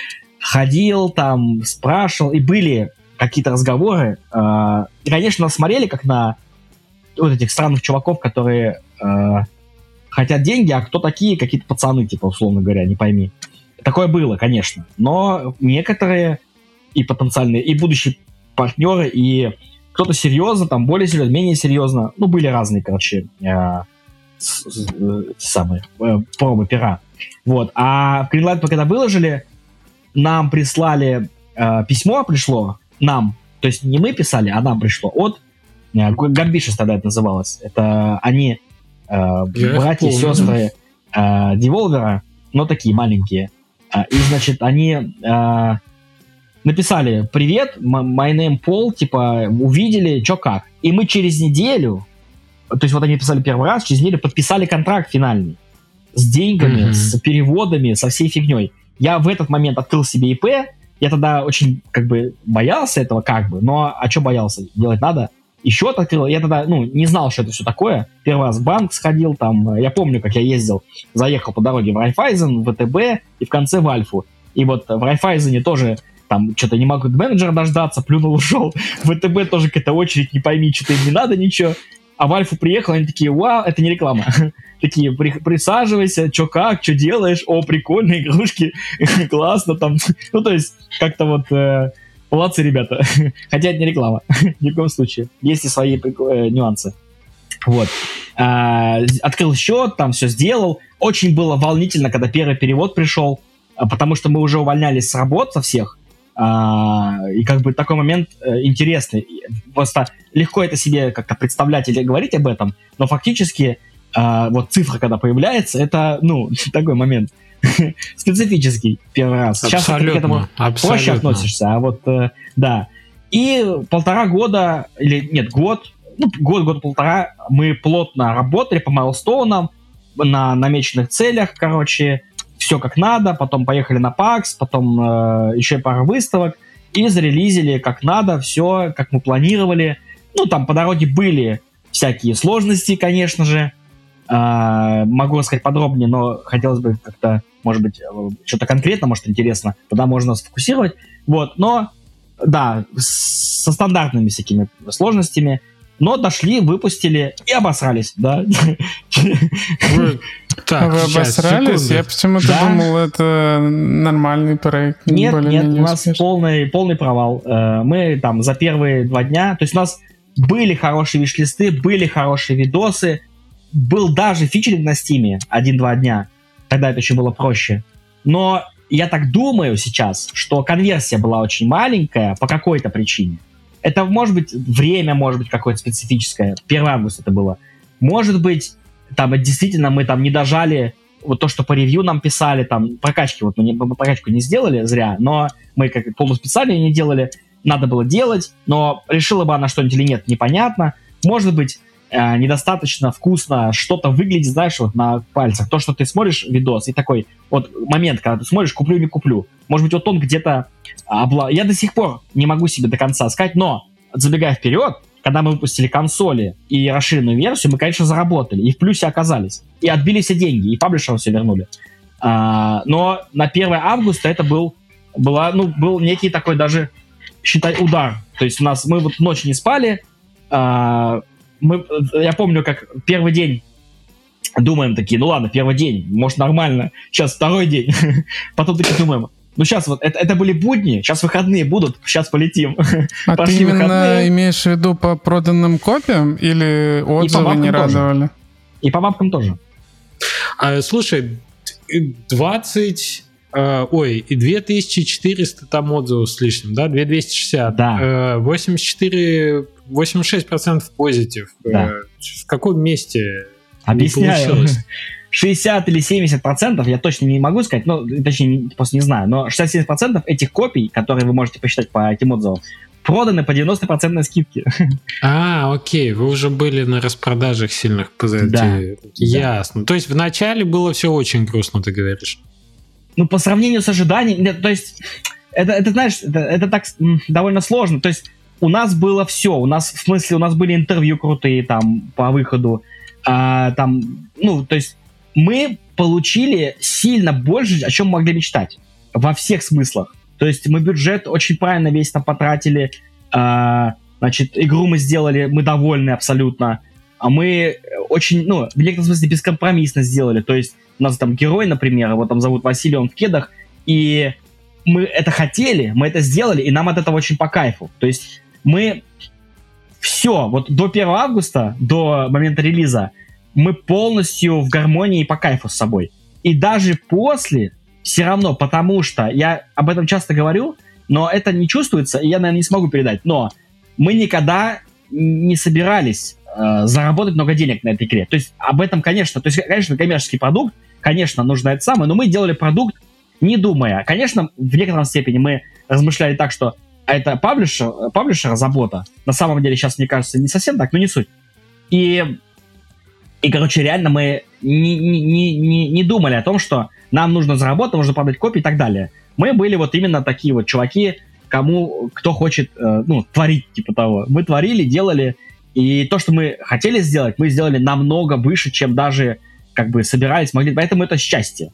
ходил там, спрашивал, и были какие-то разговоры. Э, и, конечно, нас смотрели как на вот этих странных чуваков, которые э, хотят деньги, а кто такие? Какие-то пацаны, типа, условно говоря, не пойми. Такое было, конечно. Но некоторые и потенциальные, и будущие партнеры, и кто-то серьезно, там, более серьезно, менее серьезно. Ну, были разные, короче, э, с, с, э, самые э, пробы пера. Вот. А в Greenlight, когда выложили, нам прислали э, письмо, пришло нам, то есть не мы писали, а нам пришло от э, Gambitious тогда это называлось. Это они э, братья и сестры э, Devolver, но такие маленькие. Э, и, значит, они э, написали: привет, my name Paul, типа, увидели, чё как. И мы через неделю, то есть вот они писали первый раз, через неделю подписали контракт финальный с деньгами, mm-hmm. с переводами, со всей фигней. Я в этот момент открыл себе ИП. Я тогда очень, как бы, боялся этого, как бы, но а что боялся? Делать надо. И счет открыл. Я тогда, ну, не знал, что это все такое. Первый раз в банк сходил, там, я помню, как я ездил, заехал по дороге в Райфайзен, в ВТБ и в конце в Альфу. И вот в Райфайзене тоже, там, что-то не могу менеджера дождаться, плюнул, ушел. В ВТБ тоже какая-то очередь, не пойми, что-то им не надо, ничего. А в Альфу приехал, они такие: вау, это не реклама. Такие: присаживайся, чё как, что делаешь, о, прикольные игрушки, классно там. Ну, то есть, как-то вот, э, молодцы ребята. Хотя это не реклама, ни в коем случае. Есть и свои э, нюансы. Вот. А, открыл счет, там все сделал. Очень было волнительно, когда первый перевод пришел, потому что мы уже увольнялись с работ со всех. Uh, и как бы такой момент uh, интересный. Просто легко это себе как-то представлять или говорить об этом, но фактически uh, вот цифра, когда появляется, это, ну, такой момент специфический первый раз. Сейчас ты к этому абсолютно проще относишься, а вот, uh, да. И полтора года, или нет, год, ну, год, год-полтора мы плотно работали по майлстоунам, на намеченных целях, короче, все как надо, потом поехали на пакс, потом э, еще пару выставок, и зарелизили как надо, все, как мы планировали. Ну, там по дороге были всякие сложности, конечно же. Э, могу рассказать подробнее, но хотелось бы как-то, может быть, что-то конкретно, может, интересно, тогда можно сфокусировать. Вот, но, да, со стандартными всякими сложностями. Но дошли, выпустили и обосрались, да. Так, вы обосрались? Секунду. Я почему-то да. думал, это нормальный проект. Нет, нет, у нас полный, полный провал. Мы там за первые два дня... То есть у нас были хорошие виш-листы, были хорошие видосы, был даже фичеринг на Стиме один-два дня. Тогда это еще было проще. Но я так думаю сейчас, что конверсия была очень маленькая по какой-то причине. Это может быть время, может быть какое-то специфическое. первого августа это было. Может быть, там действительно мы там не дожали вот то, что по ревью нам писали, там прокачки, вот мы, не, мы прокачку не сделали зря, но мы как полуспециально не делали, надо было делать, но решила бы она что-нибудь или нет, непонятно. Может быть, э, недостаточно вкусно что-то выглядит, знаешь, вот на пальцах. То, что ты смотришь видос, и такой вот момент, когда ты смотришь, куплю, не куплю. Может быть, вот он где-то... Обла... Я до сих пор не могу себе до конца сказать, но, забегая вперед, когда мы выпустили консоли и расширенную версию, мы, конечно, заработали, и в плюсе оказались. И отбили все деньги, и паблишерам все вернули. А, но на первого августа это был, была, ну, был некий такой даже, считай, удар. То есть у нас, мы вот ночь не спали, а, мы, я помню, как первый день думаем такие, ну ладно, первый день, может нормально, сейчас второй день. Потом такие думаем, ну сейчас вот, это, это были будни, сейчас выходные будут, сейчас полетим. А ты именно выходные. Имеешь в виду по проданным копиям или отзывы не радовали? Тоже. И по бабкам тоже. А, слушай, двадцать, э, ой, и две тысячи четыреста там отзывов с лишним, да, две тысячи двести шестьдесят, да. э, восемьдесят четыре, восемьдесят шесть процентов позитив. Да. Э, в каком месте объясняю. получилось? шестьдесят или семьдесят процентов, я точно не могу сказать, ну, точнее, просто не знаю, но шестьдесят-семьдесят процентов этих копий, которые вы можете посчитать по этим отзывам, проданы по девяносто процентов скидки. А, окей, вы уже были на распродажах сильных позади. Да. Ясно. Да. То есть вначале было все очень грустно, ты говоришь? Ну, по сравнению с ожиданием, то есть, это, это знаешь, это, это так довольно сложно, то есть у нас было все, у нас, в смысле, у нас были интервью крутые там по выходу, а, там, ну, то есть мы получили сильно больше, о чем могли мечтать. Во всех смыслах. То есть мы бюджет очень правильно весь там потратили. Э, значит, игру мы сделали, мы довольны абсолютно. А мы очень, ну, в некотором смысле бескомпромиссно сделали. То есть у нас там герой, например, его там зовут Василий, он в кедах. И мы это хотели, мы это сделали, и нам от этого очень по кайфу. То есть мы все, вот до первого августа, до момента релиза, мы полностью в гармонии и по кайфу с собой. И даже после, все равно, потому что, я об этом часто говорю, но это не чувствуется, и я, наверное, не смогу передать, но мы никогда не собирались э, заработать много денег на этой игре. То есть об этом, конечно, то есть, конечно, коммерческий продукт, конечно, нужно это самое, но мы делали продукт, не думая. Конечно, в некотором степени мы размышляли так, что это паблишер, паблишера забота. На самом деле, сейчас, мне кажется, не совсем так, но не суть. И И, короче, реально мы не, не, не, не думали о том, что нам нужно заработать, нужно продать копии и так далее. Мы были вот именно такие вот чуваки, кому, кто хочет, э, ну, творить, типа того. Мы творили, делали, и то, что мы хотели сделать, мы сделали намного выше, чем даже, как бы, собирались, могли. Поэтому это счастье.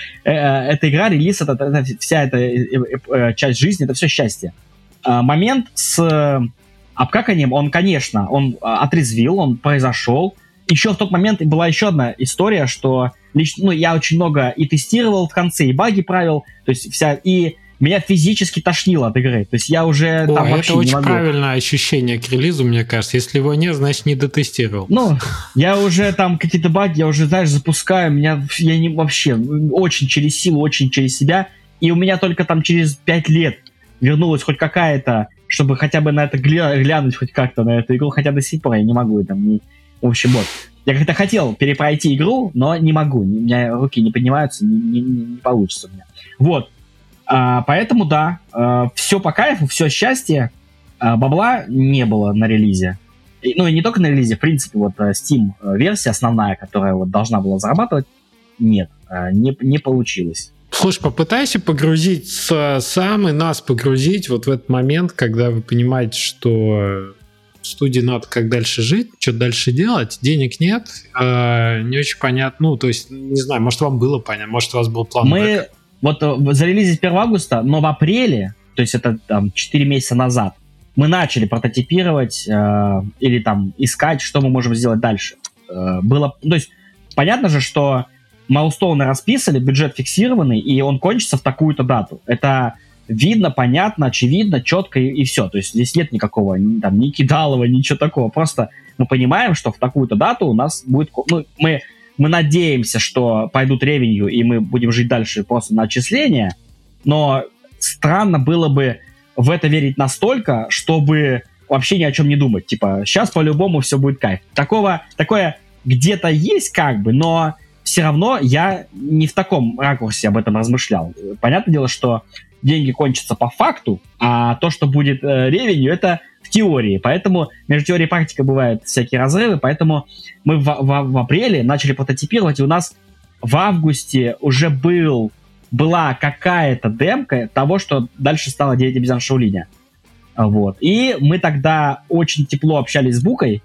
Эта игра, релиз, это вся эта часть жизни, это все счастье. Момент с обкаканием, он, конечно, он отрезвил, он произошел. Еще в тот момент была еще одна история, что лично, ну, я очень много и тестировал в конце, и баги правил, то есть вся, и меня физически тошнило от игры. То есть я уже О, там вообще это очень не могу. Правильное ощущение к релизу, мне кажется. Если его нет, значит, не дотестировал. Ну, я уже там какие-то баги, я уже, знаешь, запускаю, меня, я не вообще, очень через силу, очень через себя, и у меня только там через пять лет вернулась хоть какая-то, чтобы хотя бы на это гля- глянуть хоть как-то на эту игру, хотя до сих пор я не могу там не... В общем, вот. Я как-то хотел перепройти игру, но не могу. У меня руки не поднимаются, не, не, не получится у меня. Вот. А, поэтому, да, а, все по кайфу, все счастье. А, бабла не было на релизе. и, ну и не только на релизе, в принципе, вот Steam-версия основная, которая вот должна была зарабатывать, нет, не, не получилось. Слушай, попытайся погрузить сам и нас погрузить вот в этот момент, когда вы понимаете, что студии надо как дальше жить, что дальше делать, денег нет, э, не очень понятно, ну, то есть, не знаю, может, вам было понятно, может, у вас был план. Мы вот зарелизили первого августа, но в апреле, то есть это там четыре месяца назад, мы начали прототипировать э, или там искать, что мы можем сделать дальше. Э, было, то есть, понятно же, что майлстоуны расписали, бюджет фиксированный, и он кончится в такую-то дату. Это видно, понятно, очевидно, четко, и, и все. То есть здесь нет никакого ни, там, ни кидалова, ничего такого. Просто мы понимаем, что в такую-то дату у нас будет... Ну, мы, мы надеемся, что пойдут ревенью, и мы будем жить дальше просто на отчисления, но странно было бы в это верить настолько, чтобы вообще ни о чем не думать. Типа, сейчас по-любому все будет кайф. Такого, такое где-то есть как бы, но... все равно я не в таком ракурсе об этом размышлял. Понятное дело, что деньги кончатся по факту, а то, что будет э, ревенью, это в теории. Поэтому между теорией и практикой бывают всякие разрывы, поэтому мы в, в, в апреле начали прототипировать, и у нас в августе уже был, была какая-то демка того, что дальше стало девять обезьян Шаолиня. Вот. И мы тогда очень тепло общались с Букой,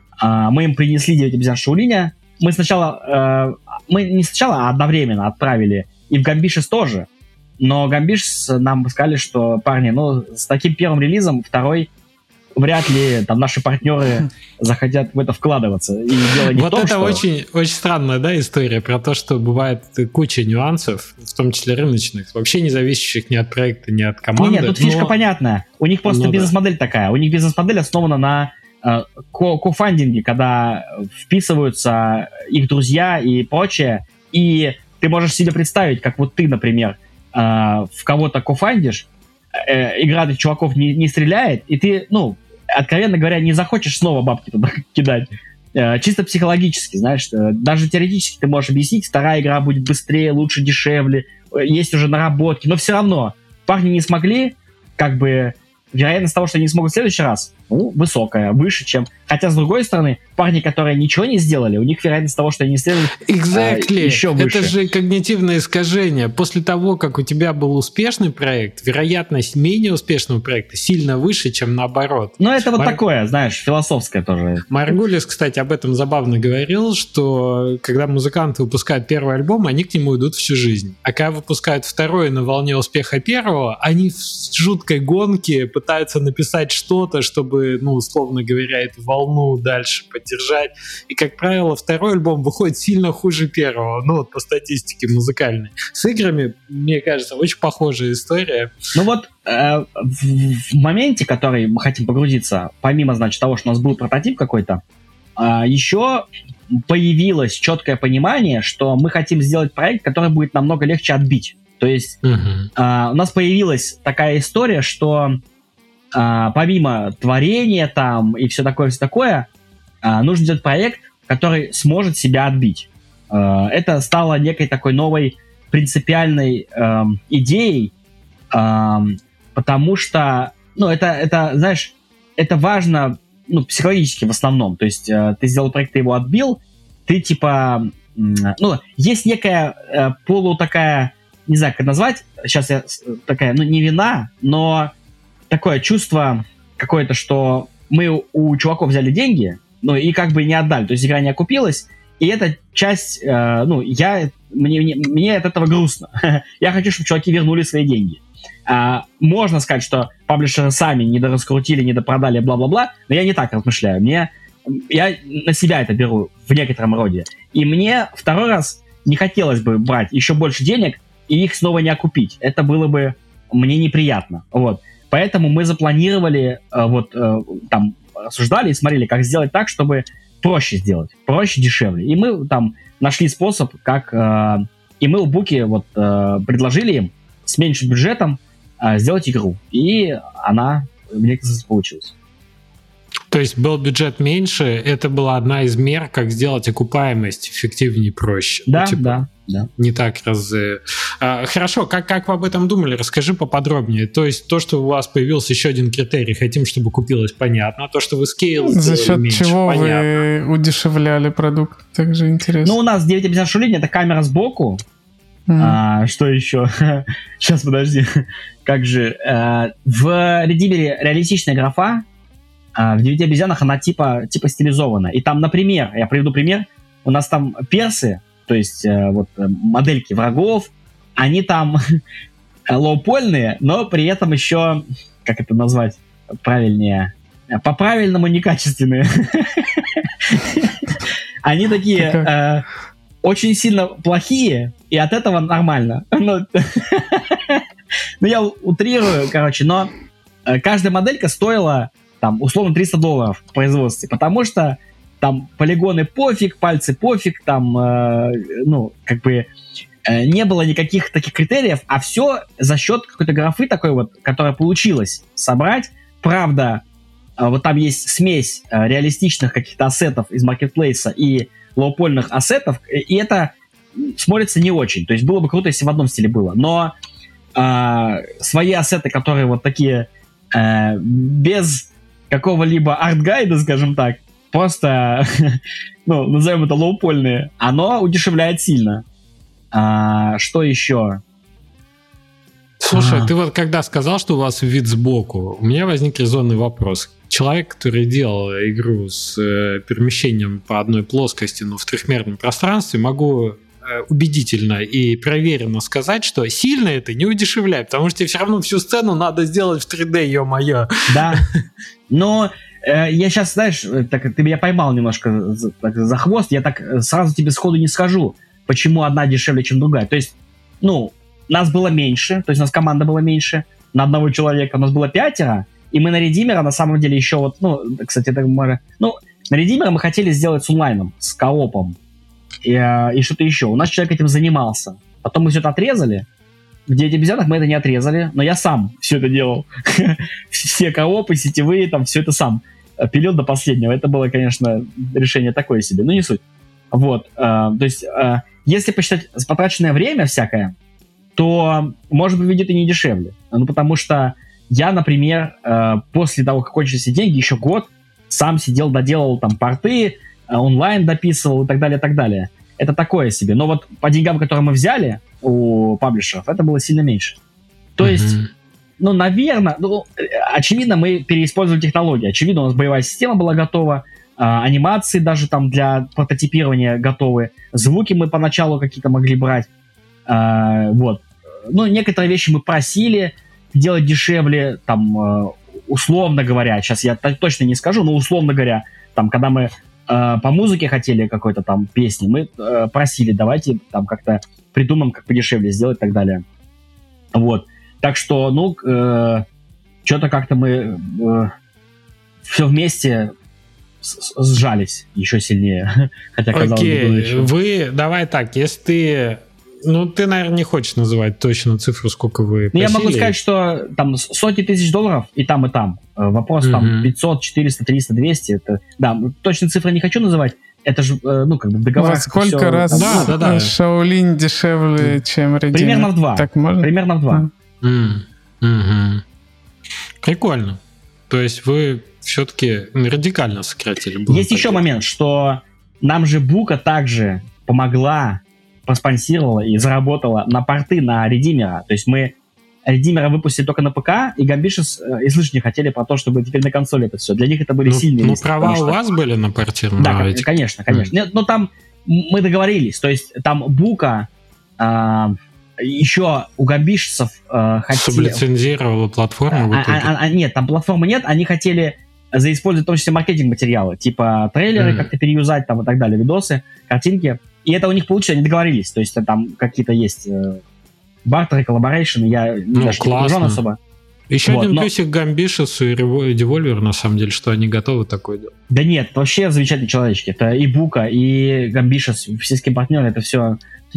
э, мы им принесли девять обезьян Шаолиня. Мы сначала, э, мы не сначала, а одновременно отправили и в Гамбишес тоже. Но Гамбишес нам сказали, что, парни, ну, с таким первым релизом второй вряд ли там наши партнеры захотят в это вкладываться. И дело не вот в том, это что... очень, очень странная, да, история про то, что бывает куча нюансов, в том числе рыночных, вообще не зависящих ни от проекта, ни от команды. Нет, нет, тут но... фишка понятная. У них просто ну, бизнес-модель да. такая. У них бизнес-модель основана на кофандинги, когда вписываются их друзья и прочее, и ты можешь себе представить, как вот ты, например, в кого-то кофандишь, игра этих чуваков не, не стреляет, и ты, ну, откровенно говоря, не захочешь снова бабки туда кидать. Чисто психологически, знаешь, даже теоретически ты можешь объяснить, вторая игра будет быстрее, лучше, дешевле, есть уже наработки, но все равно парни не смогли, как бы, вероятность того, что они не смогут в следующий раз, ну, высокая, выше, чем... Хотя, с другой стороны, парни, которые ничего не сделали, у них вероятность того, что они не сделали, exactly. а, еще выше. Это же когнитивное искажение. После того, как у тебя был успешный проект, вероятность менее успешного проекта сильно выше, чем наоборот. Ну, это вот Мар... такое, знаешь, философское тоже. Маргулис, кстати, об этом забавно говорил, что когда музыканты выпускают первый альбом, они к нему идут всю жизнь. А когда выпускают второй на волне успеха первого, они в жуткой гонке пытаются написать что-то, чтобы, ну, условно говоря, эту волну дальше поддержать. И, как правило, второй альбом выходит сильно хуже первого. Ну, вот по статистике музыкальной. С играми, мне кажется, очень похожая история. Ну вот, э, в, в моменте, в который мы хотим погрузиться, помимо, значит, того, что у нас был прототип какой-то, э, еще появилось четкое понимание, что мы хотим сделать проект, который будет намного легче отбить. То есть uh-huh. э, у нас появилась такая история, что Uh, помимо творения там и все такое, все такое, uh, нужно делать проект, который сможет себя отбить. Uh, это стало некой такой новой принципиальной uh, идеей, uh, потому что, ну, это, это, знаешь, это важно, ну, психологически в основном. То есть uh, ты сделал проект, ты его отбил, ты типа, uh, ну, есть некая uh, полу такая, не знаю, как это назвать, сейчас я такая, ну, не вина, но такое чувство какое-то, что мы у чуваков взяли деньги, ну, и как бы не отдали, то есть игра не окупилась, и эта часть, э, ну, я, мне, мне, мне от этого грустно. Я хочу, чтобы чуваки вернули свои деньги. А, можно сказать, что паблишеры сами не дораскрутили, не допродали, бла-бла-бла, но я не так размышляю. Мне, я на себя это беру в некотором роде. И мне второй раз не хотелось бы брать еще больше денег и их снова не окупить. Это было бы мне неприятно. Вот. Поэтому мы запланировали, э, вот э, там рассуждали и смотрели, как сделать так, чтобы проще сделать, проще, дешевле. И мы там нашли способ, как... Э, и мы у Буки вот э, предложили им с меньшим бюджетом э, сделать игру. И она, мне кажется, получилась. То То есть был бюджет меньше, это была одна из мер, как сделать окупаемость эффективнее и проще. Да, ну, типа, да, да. Не так раз... А, хорошо, как, как вы об этом думали? Расскажи поподробнее. То есть то, что у вас появился еще один критерий, хотим, чтобы купилось, понятно. То, что вы скейл За счет меньше, чего понятно. вы удешевляли продукт? Также интересно. Ну, у нас девять обезьян Шаолинь — это камера сбоку. Mm. А, что еще? Сейчас, подожди. Как же? А, в Редимере реалистичная графа, а в девяти обезьянах она типа, типа стилизована. И там, например, я приведу пример, у нас там персы, то есть а, вот модельки врагов, они там лоупольные, но при этом еще, как это назвать правильнее, по-правильному некачественные. Они такие очень сильно плохие, и от этого нормально. Ну, я утрирую, короче, но каждая моделька стоила там условно триста долларов в производстве, потому что там полигоны пофиг, пальцы пофиг, там, э, ну, как бы э, не было никаких таких критериев, а все за счет какой-то графы такой вот, которая получилась собрать. Правда, э, вот там есть смесь э, реалистичных каких-то ассетов из маркетплейса и лоупольных ассетов, и это смотрится не очень. То есть было бы круто, если в одном стиле было. Но э, свои ассеты, которые вот такие э, без какого-либо арт-гайда, скажем так, просто, ну, назовем это лоупольные, оно удешевляет сильно. А, что еще? Слушай, А. ты вот когда сказал, что у вас вид сбоку, у меня возник резонный вопрос. Человек, который делал игру с э, перемещением по одной плоскости, но в трехмерном пространстве, могу э, убедительно и проверенно сказать, что сильно это не удешевляет, потому что все равно всю сцену надо сделать в три дэ, ё-моё. Да, но э, я сейчас, знаешь, так, ты меня поймал немножко за, так, за хвост, я так сразу тебе сходу не скажу, почему одна дешевле, чем другая. То есть, ну, нас было меньше, то есть у нас команда была меньше на одного человека, у нас было пятеро, и мы на Редимера на самом деле еще вот, ну, кстати, это мы, ну, на Редимера мы хотели сделать с онлайном, с коопом и, и что-то еще. У нас человек этим занимался. Потом мы все это отрезали. В девяти обезьянах мы это не отрезали, но я сам все это делал. Все коопы, сетевые, там все это сам пилил до последнего. Это было, конечно, решение такое себе, но не суть. Вот, э, то есть, э, если посчитать потраченное время всякое, то, может быть, выйдет и не дешевле. Ну, потому что я, например, э, после того, как кончились деньги, еще год сам сидел, доделал там порты, э, онлайн дописывал и так далее, и так далее. Это такое себе. Но вот по деньгам, которые мы взяли у паблишеров, это было сильно меньше. То mm-hmm. есть, ну, наверное, ну, очевидно, мы переиспользовали технологии. Очевидно, у нас боевая система была готова, э, анимации даже там для прототипирования готовы, звуки мы поначалу какие-то могли брать. Э, вот. Ну, некоторые вещи мы просили делать дешевле, там, условно говоря, сейчас я точно не скажу, но условно говоря, там, когда мы э, по музыке хотели какой-то там песни, мы э, просили, давайте там как-то придумаем, как подешевле сделать и так далее. Вот. Так что, ну, э, что-то как-то мы э, все вместе с- сжались еще сильнее. Хотя, казалось бы, было Окей, еще. вы, давай так, если ты... Ну, ты, наверное, не хочешь называть точно цифру, сколько вы Ну, просили. я могу сказать, что там сотни тысяч долларов и там, и там. Вопрос mm-hmm. там пятьсот, четыреста, триста, двести. Это, да, точно цифры не хочу называть. Это же, ну, как бы в договорах. Во сколько все, раз там, да, да, да. Шаолинь дешевле, чем Редимер? Примерно в два. Так можно? Примерно в два. Mm. Mm-hmm. Прикольно. То есть вы все-таки радикально сократили. Есть еще момент, что нам же Бука также помогла, проспонсировала и заработала на порты на Редимера. То есть мы Редимера выпустили только на ПК, и Гамбишес э, и слышать не хотели про то, чтобы теперь на консоли это все. Для них это были ну, сильные Ну, риски, права что... у вас были на портировании? Да, к- конечно, конечно. Mm. Нет, но там мы договорились. То есть там Бука э, еще у Гамбишесов э, хотели... Сублицензировала платформу? А, а, а, нет, там платформы нет. Они хотели заиспользовать в том числе маркетинг-материалы, типа трейлеры mm. как-то переюзать там и так далее, видосы, картинки. И это у них получилось, они договорились. То есть там какие-то есть э, бартеры, коллаборейшены, я ну, даже не погружен особо. Еще вот, один но... плюсик Гамбишесу и Devolver, на самом деле, что они готовы такое делать. Да нет, это вообще замечательные человечки. Это и Бука, и Гамбишес, все с кем партнеры, это все...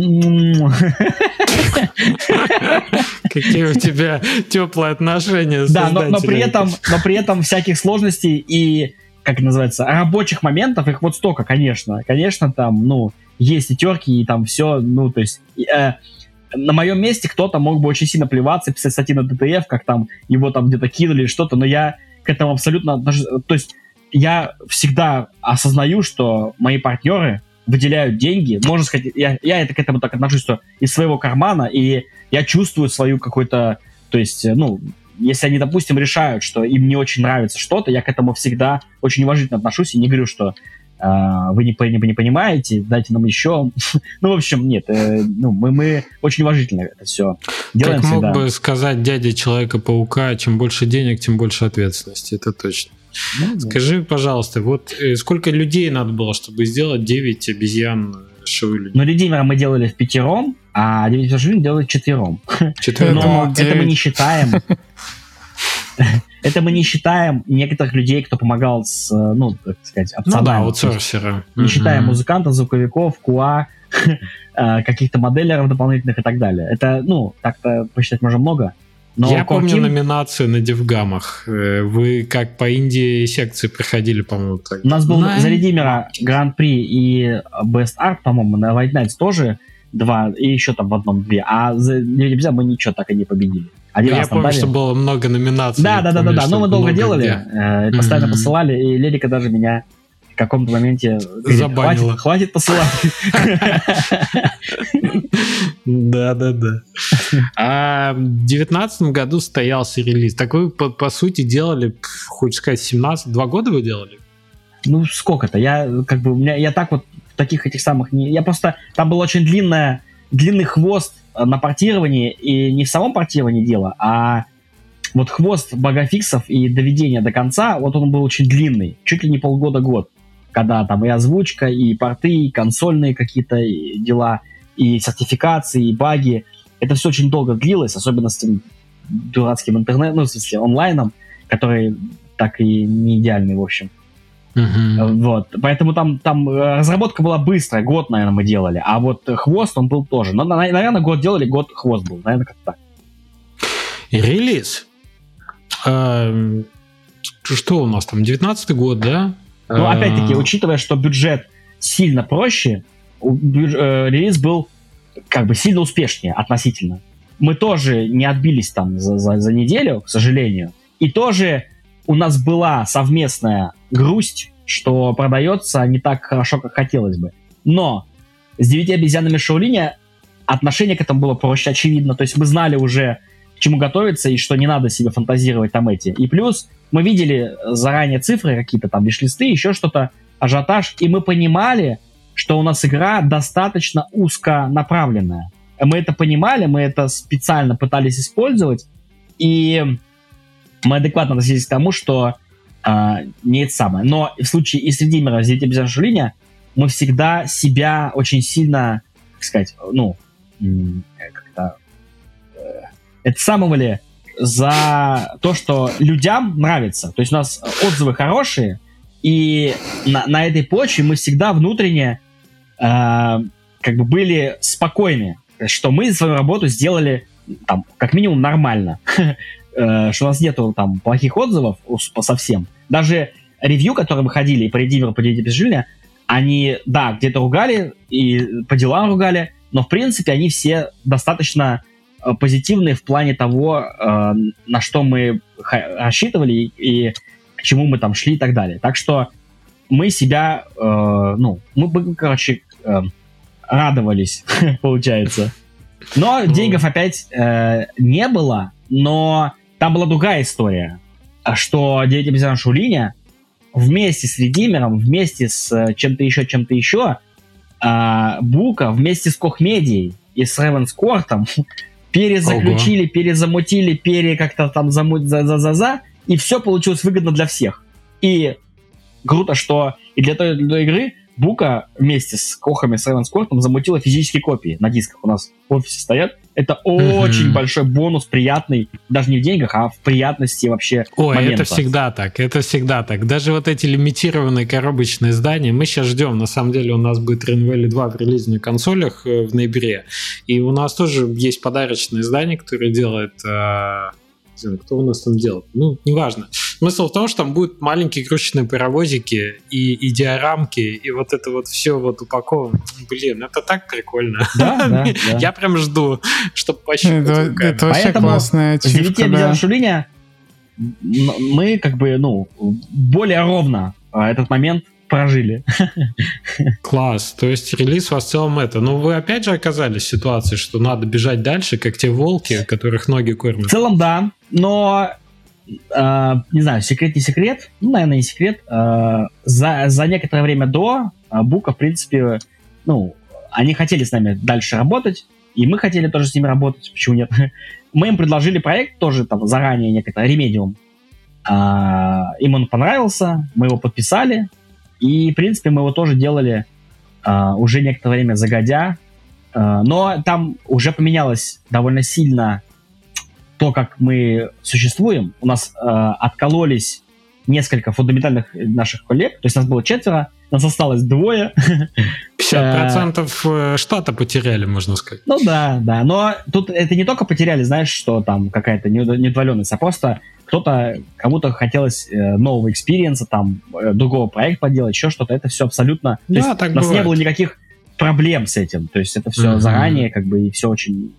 Какие у тебя теплые отношения с Да, но, но, при создателями. этом, но при этом всяких сложностей и как это называется, рабочих моментов, их вот столько, конечно. Конечно, там, ну, есть и терки, и там все, ну, то есть... Э, на моем месте кто-то мог бы очень сильно плеваться, писать статьи на ДТФ, как там его там где-то кинули или что-то, но я к этому абсолютно... То есть я всегда осознаю, что мои партнеры выделяют деньги, можно сказать, я, я это к этому так отношусь, что из своего кармана, и я чувствую свою какой-то... То есть, ну, если они, допустим, решают, что им не очень нравится что-то, я к этому всегда очень уважительно отношусь и не говорю, что вы не, не, не понимаете, дайте нам еще. Ну, в общем, нет, э, ну, мы, мы очень уважительно это все делаем. Как всегда. мог бы сказать дядя Человека-паука, чем больше денег, тем больше ответственности, это точно. Ну, скажи, да. пожалуйста, вот э, сколько людей надо было, чтобы сделать девять обезьян Шаолинь? Ну, Редимера мы делали в пятером, а девять Шаолинь делали вчетвером. Четвером. Но это мы не считаем... Это мы не считаем некоторых людей, кто помогал с, ну, так сказать, опционально. Ну да, аутсорсеры. Не считаем музыкантов, звуковиков, куа, каких-то моделеров дополнительных и так далее. Это, ну, так-то посчитать можно много. Но я помню номинацию на Девгамах. Вы как по Индии секции проходили, по-моему, так. У нас был на... за Редимера Гран-при и Best Art, по-моему, на White Nights тоже два, и еще там в одном две. А за нельзя мы ничего так и не победили. Один я помню, дали. Что было много номинаций. Да, да, да, да, да. Но мы долго делали, э, постоянно mm-hmm. посылали, и Лерика даже меня в каком-то моменте забанила. Хватит, хватит посылать. Да, да, да. А в девятнадцатом году состоялся релиз. Так вы, по, по сути, делали, хочешь сказать, семнадцать, два года вы делали? Ну, сколько-то. Я как бы, у меня, я так вот в таких этих самых... Не, я просто... Там был очень длинная, длинный хвост на портировании, и не в самом портировании дело, а вот хвост багафиксов и доведения до конца, вот он был очень длинный, чуть ли не полгода-год, когда там и озвучка, и порты, и консольные какие-то дела, и сертификации, и баги. Это все очень долго длилось, особенно с этим дурацким интернетом, ну, в смысле, онлайном, который так и не идеальный, в общем. Uh-huh. Вот. Поэтому там, там разработка была быстрая, год, наверное, мы делали, а вот хвост он был тоже. Но, наверное, год делали, год хвост был, наверное, как-то так. Релиз. А, что у нас там, девятнадцатый год, да? Ну, опять-таки, учитывая, что бюджет сильно проще, бюдж- э, релиз был как бы сильно успешнее относительно. Мы тоже не отбились там за, за, за неделю, к сожалению, и тоже у нас была совместная грусть, что продается не так хорошо, как хотелось бы. Но с девятью обезьянами Шаолиня отношение к этому было проще, очевидно. То есть мы знали уже, к чему готовиться, и что не надо себе фантазировать там эти. И плюс мы видели заранее цифры какие-то, там, виш-листы, еще что-то, ажиотаж, и мы понимали, что у нас игра достаточно узконаправленная. Мы это понимали, мы это специально пытались использовать, и мы адекватно относились к тому, что э, не это самое. Но в случае и с Редимера, с девятью обезьян Шаолиня, мы всегда себя очень сильно, как сказать, ну, как-то э, это самовали за то, что людям нравится. То есть у нас отзывы хорошие, и на, на этой почве мы всегда внутренне э, как бы были спокойны, что мы свою работу сделали там, как минимум нормально. Что у нас нету там плохих отзывов совсем. Даже ревью, которые выходили и по Редимеру, по девяти обезьян Шаолиня, они, да, где-то ругали и по делам ругали, но в принципе они все достаточно э, позитивные в плане того, э, на что мы ха- рассчитывали и, и к чему мы там шли и так далее. Так что мы себя, э, ну, мы бы, короче, э, радовались, получается. Но денег опять э, не было, но там была другая история, что девять обезьян Шаолиня вместе с Редимером, вместе с чем-то еще, чем-то еще, э, Бука вместе с Koch Media и с Ravenscourt перезаключили, Ого. перезамутили, пере как-то там замуть за-за-за-за, и все получилось выгодно для всех. И круто, что и для той, для той игры Бука вместе с Кохами, с Ravenscourt замутила физические копии на дисках. У нас в офисе стоят. Это mm-hmm. очень большой бонус, приятный, даже не в деньгах, а в приятности вообще Ой, момента. Это всегда так, это всегда так. Даже вот эти лимитированные коробочные издания, мы сейчас ждем, на самом деле у нас будет Rain Valley два в релизе на консолях в ноябре, и у нас тоже есть подарочное издание, которое делает... Кто у нас там делает? Ну, неважно. Смысл в том, что там будут маленькие игрушечные паровозики и, и диорамки, и вот это вот все вот упаковано. Блин, это так прикольно. Да, да, да. Я прям жду, чтобы пощупать. Это, это вообще Поэтому классная с девяти ачивка, да. обезьян Шулиня мы как бы, ну, более ровно этот момент прожили. Класс. То есть релиз у вас в целом это. Но вы опять же оказались в ситуации, что надо бежать дальше, как те волки, которых ноги кормят. В целом, да. Но, э, не знаю, секрет не секрет. Ну, наверное, не секрет. Э, за, за некоторое время до э, Бука, в принципе, ну, они хотели с нами дальше работать, и мы хотели тоже с ними работать. Почему нет? Мы им предложили проект тоже там заранее, некоторый Remedium. Э, им он понравился, мы его подписали. И, в принципе, мы его тоже делали uh, уже некоторое время загодя. Uh, но там уже поменялось довольно сильно то, как мы существуем. У нас uh, откололись несколько фундаментальных наших коллег. То есть нас было четверо, нас осталось двое. пятьдесят процентов штата потеряли, можно сказать. Ну да, да. Но тут это не только потеряли, знаешь, что там какая-то неудовлетворенность, а просто кто-то, кому-то хотелось э, нового экспириенса, там, э, другого проекта поделать, еще что-то. Это все абсолютно... Да, то есть так у нас бывает. не было никаких проблем с этим. То есть это все Mm-hmm. заранее, как бы, и все очень...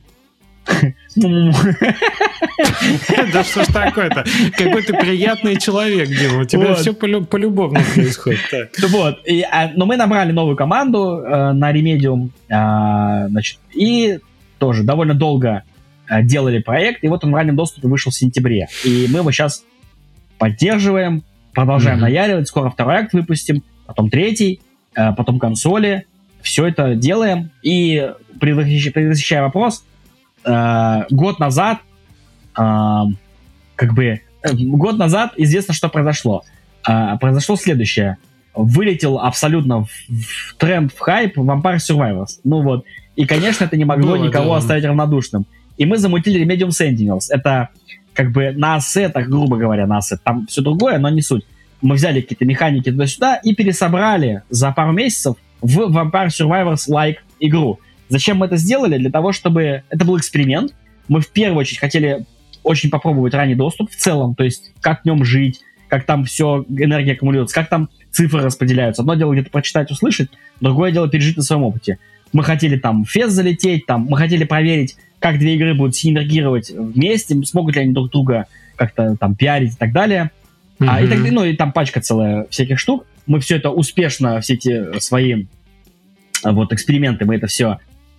Да что ж такое-то? Какой ты приятный человек, Дима. У тебя все полюбовно происходит. Вот. Но мы набрали новую команду на Remedium, значит, и тоже довольно долго делали проект, и вот он в раннем доступе вышел в сентябре. И мы его сейчас поддерживаем, продолжаем mm-hmm. наяривать, скоро второй акт выпустим, потом третий, потом консоли. Все это делаем. И предвосхищая вопрос, год назад как бы год назад известно, что произошло. Произошло следующее. Вылетел абсолютно в, в тренд, в хайп Vampire Survivors. Ну вот. И, конечно, это не могло Было, никого да. оставить равнодушным. И мы замутили Remedium Sentinels. Это как бы на ассетах, грубо говоря, на ассет. Там все другое, но не суть. Мы взяли какие-то механики туда-сюда и пересобрали за пару месяцев в Vampire Survivors-like игру. Зачем мы это сделали? Для того, чтобы... Это был эксперимент. Мы в первую очередь хотели очень попробовать ранний доступ в целом. То есть, как в нем жить, как там все, энергия аккумулируется, как там цифры распределяются. Одно дело где-то прочитать, услышать, другое дело пережить на своем опыте. Мы хотели там в фест залететь, там, мы хотели проверить, как две игры будут синергировать вместе, смогут ли они друг друга как-то там пиарить и так далее. Mm-hmm. А, и так, ну и там пачка целая всяких штук. Мы все это успешно, все эти свои вот эксперименты, мы это все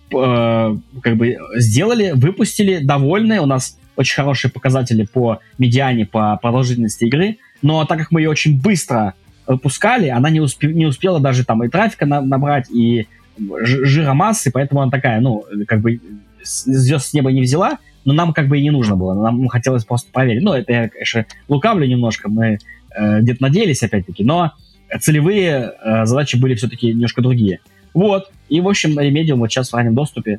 э, как бы сделали, выпустили, довольны. У нас очень хорошие показатели по медиане, по продолжительности игры. Но так как мы ее очень быстро выпускали, она не, успе- не успела даже там и трафика на- набрать, и жира массы, поэтому она такая, ну, как бы звезд с неба не взяла, но нам как бы и не нужно было. Нам хотелось просто проверить. Ну, это я, конечно, лукавлю немножко, мы э, где-то надеялись, опять-таки, но целевые э, задачи были все-таки немножко другие. Вот. И, в общем, Remedium вот сейчас в раннем доступе.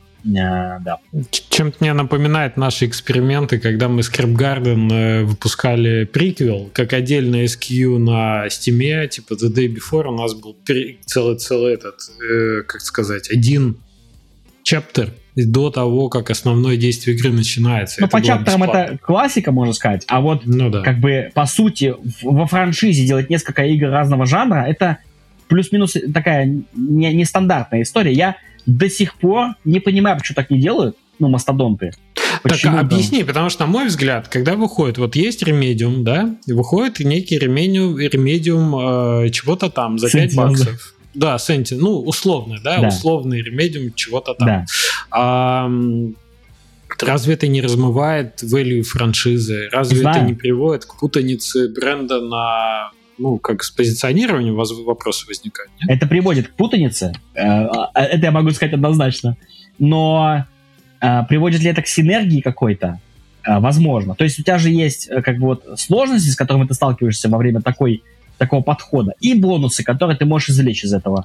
Uh, да. Чем-то мне напоминает наши эксперименты, когда мы Script Garden э, выпускали приквел, как отдельный эс кью на Steam, типа The Day Before у нас был целый-целый этот, э, как сказать, один чаптер до того, как основное действие игры начинается. Ну, это по чаптерам это классика, можно сказать, а вот ну, да. как бы по сути в, во франшизе делать несколько игр разного жанра, это плюс-минус такая не, нестандартная история. Я до сих пор не понимаю, почему так не делают, ну, мастодонты. Почему так объясни, потому что, на мой взгляд, когда выходит, вот есть Remedium, да, выходит некий Remedium, Remedium э, чего-то там за пять баксов. Да, Sentinel, ну, условно, да, да, условный Remedium чего-то там. Да. А, разве это не размывает value франшизы? Разве Знаю. это не приводит к путанице бренда на... Ну, как с позиционированием вопросы возникают. Нет? Это приводит к путанице, это я могу сказать однозначно, но приводит ли это к синергии какой-то? Возможно. То есть у тебя же есть как бы вот сложности, с которыми ты сталкиваешься во время такой, такого подхода, и бонусы, которые ты можешь извлечь из этого.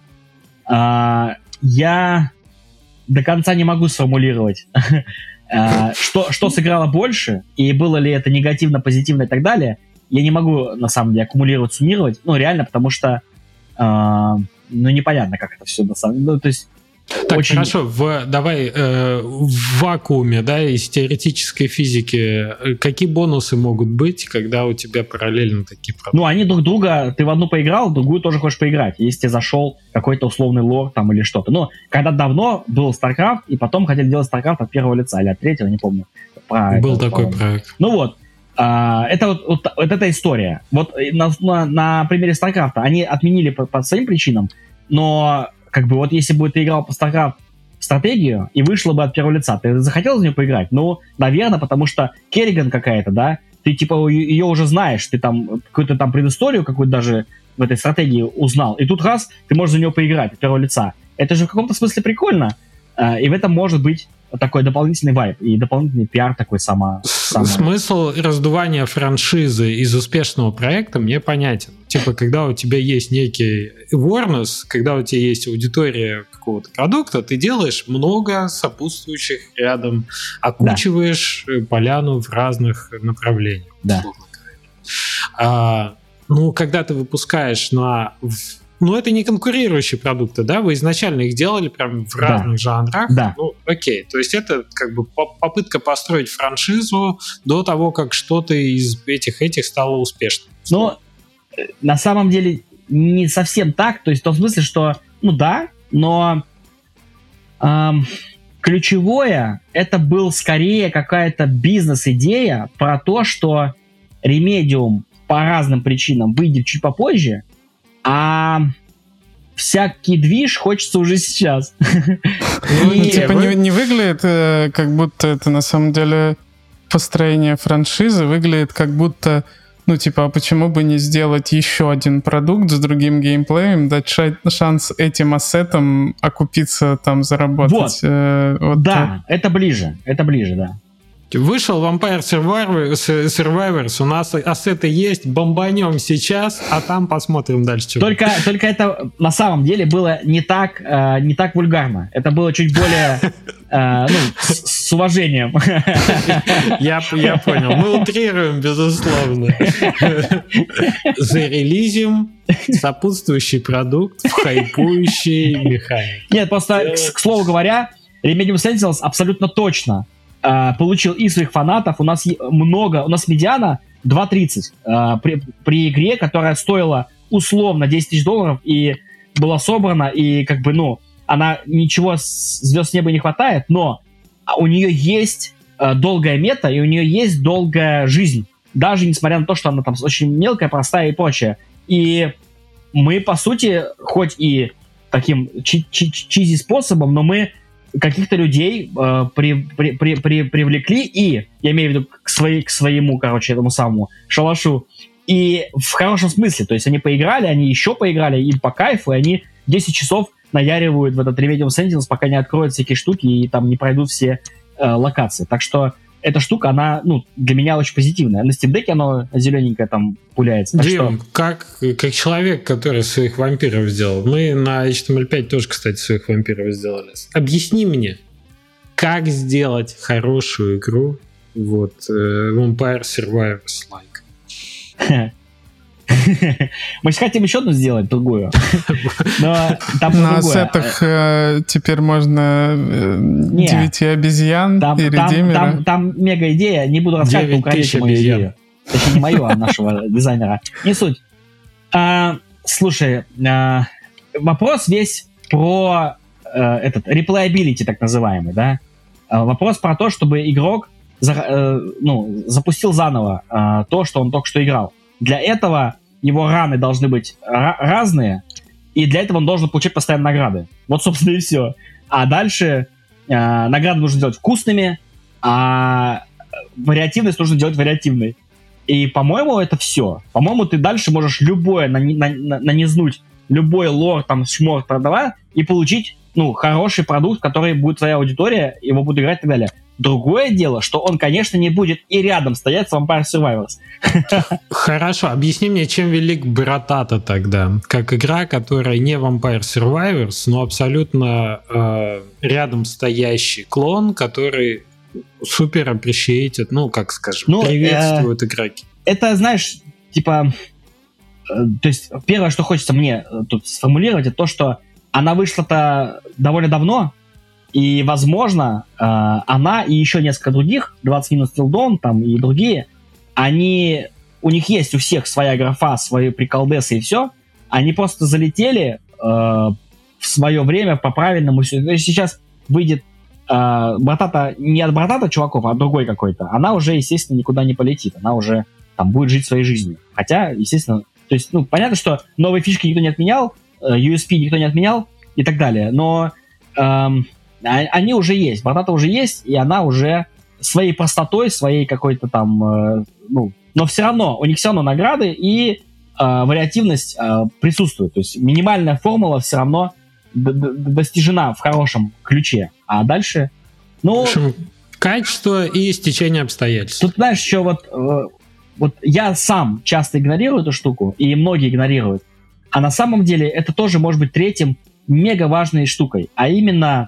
Я до конца не могу сформулировать, что, что сыграло больше, и было ли это негативно, позитивно и так далее. Я не могу, на самом деле, аккумулировать, суммировать, ну, реально, потому что, э, ну, непонятно, как это все, на самом деле, ну, то есть... Так, очень... хорошо, в, давай э, в вакууме, да, из теоретической физики, какие бонусы могут быть, когда у тебя параллельно такие продукты? Ну, они друг друга, ты в одну поиграл, в другую тоже хочешь поиграть, если тебе зашел какой-то условный лор там или что-то. Ну, когда давно был StarCraft, и потом хотели делать StarCraft от первого лица, или от третьего, не помню. Про был это, такой по-моему. проект. Ну вот, а, это вот, вот, вот эта история. Вот на, на, на примере StarCraft они отменили по, по своим причинам, но как бы вот если бы ты играл по StarCraft стратегию и вышла бы от первого лица, ты захотел за нее поиграть? Ну, наверное, потому что Керриган какая-то, да, ты типа ее уже знаешь, ты там какую-то там предысторию какую-то даже в этой стратегии узнал, и тут раз, ты можешь за нее поиграть от первого лица. Это же в каком-то смысле прикольно, и в этом может быть такой дополнительный вайб и дополнительный пиар такой само... само... Смысл раздувания франшизы из успешного проекта мне понятен. Типа, когда у тебя есть некий awareness, когда у тебя есть аудитория какого-то продукта, ты делаешь много сопутствующих рядом, окучиваешь да. поляну в разных направлениях. Да. А, ну, когда ты выпускаешь на... Ну, это не конкурирующие продукты, да? Вы изначально их делали прям в разных да. жанрах. Да. Ну, окей. То есть это как бы попытка построить франшизу до того, как что-то из этих этих стало успешным. Но на самом деле не совсем так. То есть в том смысле, что, ну да, но эм, ключевое это был скорее какая-то бизнес-идея про то, что Remedium по разным причинам выйдет чуть попозже, а всякий движ хочется уже сейчас. Ну, типа не выглядит, как будто это на самом деле построение франшизы, выглядит как будто, ну, типа, а почему бы не сделать еще один продукт с другим геймплеем, дать шанс этим ассетам окупиться, там, заработать. Вот, да, это ближе, это ближе, да. Вышел Vampire Survivors, у нас ассеты есть, бомбанем сейчас, а там посмотрим дальше. Чего. Только, только это на самом деле было не так, э, не так вульгарно. Это было чуть более э, ну, с, с уважением. Я, я понял. Мы утрируем, безусловно. Зарелизим сопутствующий продукт в хайпующей механике. Нет, просто, к, к слову говоря, Remedium Sentinels абсолютно точно Uh, получил и своих фанатов. У нас много, у нас медиана два тридцать uh, при, при игре, которая стоила условно десять тысяч долларов и была собрана, и как бы, ну, она ничего с звезд с неба не хватает, но у нее есть uh, долгая мета, и у нее есть долгая жизнь, даже несмотря на то, что она там очень мелкая, простая и прочее. И мы, по сути, хоть и таким чи- чи- чизи способом, но мы каких-то людей э, при, при, при, при, привлекли, и, я имею в виду, к, своей, к своему, короче, этому самому шалашу, и в хорошем смысле, то есть они поиграли, они еще поиграли, им по кайфу, и они десять часов наяривают в этот Remedium Sentinels, пока не откроют всякие штуки и там не пройдут все э, локации. Так что эта штука, она, ну, для меня очень позитивная. На Steam Deck оно зелененькое там пуляется. Так Дим, что... как, как человек, который своих вампиров сделал, мы на эйч ти эм эл пять тоже, кстати, своих вампиров сделали. Объясни мне, как сделать хорошую игру вот Vampire Survivors-like? Мы же хотим еще одну сделать, другую. Но там на ассетах э, теперь можно э, девять обезьян там, и там, редимеры. Там, там мега идея, не буду рассказывать, украдите мою идею. Точнее, не мою, а нашего дизайнера. Не суть. А, слушай, а, вопрос весь про а, этот replayability, так называемый, да? А, вопрос про то, чтобы игрок за, а, ну, запустил заново а, то, что он только что играл. Для этого его раны должны быть ra- разные, и для этого он должен получать постоянно награды. Вот, собственно, и все. А дальше э, награды нужно делать вкусными, а вариативность нужно делать вариативной. И, по-моему, это все. По-моему, ты дальше можешь любое нани- на- нанизнуть, любой лор, там, шмор, продавать, и получить, ну, хороший продукт, который будет твоя аудитория, его будут играть и так далее. Другое дело, что он, конечно, не будет и рядом стоять с Vampire Survivors. Хорошо, объясни мне, чем велик Братата тогда? Как игра, которая не Vampire Survivors, но абсолютно э, рядом стоящий клон, который супер appreciated, ну, как скажем, ну, приветствует э, игроки. Это, знаешь, типа... Э, то есть, первое, что хочется мне тут сформулировать, это то, что она вышла-то довольно давно, и, возможно, э, она и еще несколько других, двадцать минут Till Dawn там и другие, они, у них есть у всех своя графа, свои приколдесы и все, они просто залетели э, в свое время по-правильному. То есть сейчас выйдет э, Братата, не от Братата чуваков, а от другой какой-то, она уже, естественно, никуда не полетит, она уже там будет жить своей жизнью. Хотя, естественно, то есть, ну, понятно, что новые фишки никто не отменял, э, ю эс пи никто не отменял и так далее, но эм, они уже есть, Братата уже есть, и она уже своей простотой, своей какой-то там, э, ну, но все равно, у них все равно награды и э, вариативность э, присутствует, то есть минимальная формула все равно д- д- достижена в хорошем ключе, а дальше, ну... В общем, качество и стечение обстоятельств. Тут, знаешь, еще вот, э, вот я сам часто игнорирую эту штуку, и многие игнорируют, а на самом деле это тоже может быть третьим мега важной штукой, а именно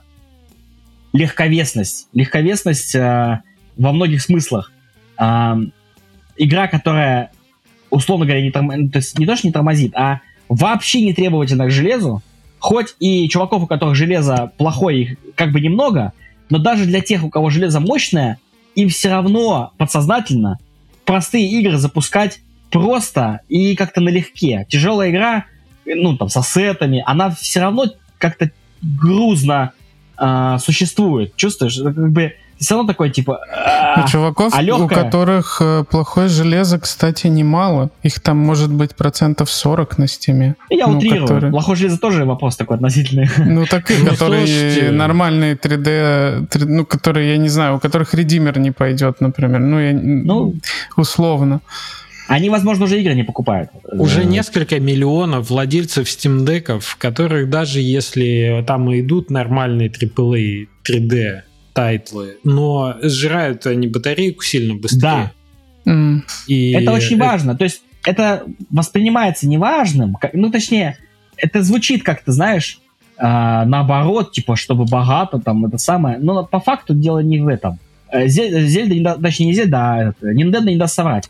легковесность. Легковесность э, во многих смыслах. Э, игра, которая, условно говоря, не, торм... то есть не то, что не тормозит, а вообще не требовательна к железу, хоть и чуваков, у которых железо плохое, их как бы немного, но даже для тех, у кого железо мощное, им все равно подсознательно простые игры запускать просто и как-то налегке. Тяжелая игра, ну, там, с ассетами, она все равно как-то грузно э, существует. Чувствуешь? Это как бы все равно такое, типа... У чуваков, а у которых э, плохое железо, кстати, немало. Их там может быть процентов сорок на стиме. Я ну, утрирую. Которые... Плохое железо тоже вопрос такой относительный. Ну, такие, которые нормальные три дэ, ну, которые, я не знаю, у которых редимер не пойдет, например. Ну, я... ну условно. Они, возможно, уже игры не покупают. Уже да. Несколько миллионов владельцев Steam Deck'ов, которых даже если там и идут нормальные трипл эй три дэ тайтлы, но сжирают они батарейку сильно быстрее. Да. Mm. И это очень это... важно. То есть это воспринимается неважным. Как, ну, точнее, это звучит как-то, знаешь, э, наоборот, типа, чтобы богато, там, это самое. Но по факту дело не в этом. Зельда, не да, точнее, не Зельда, а Nintendo не даст соврать.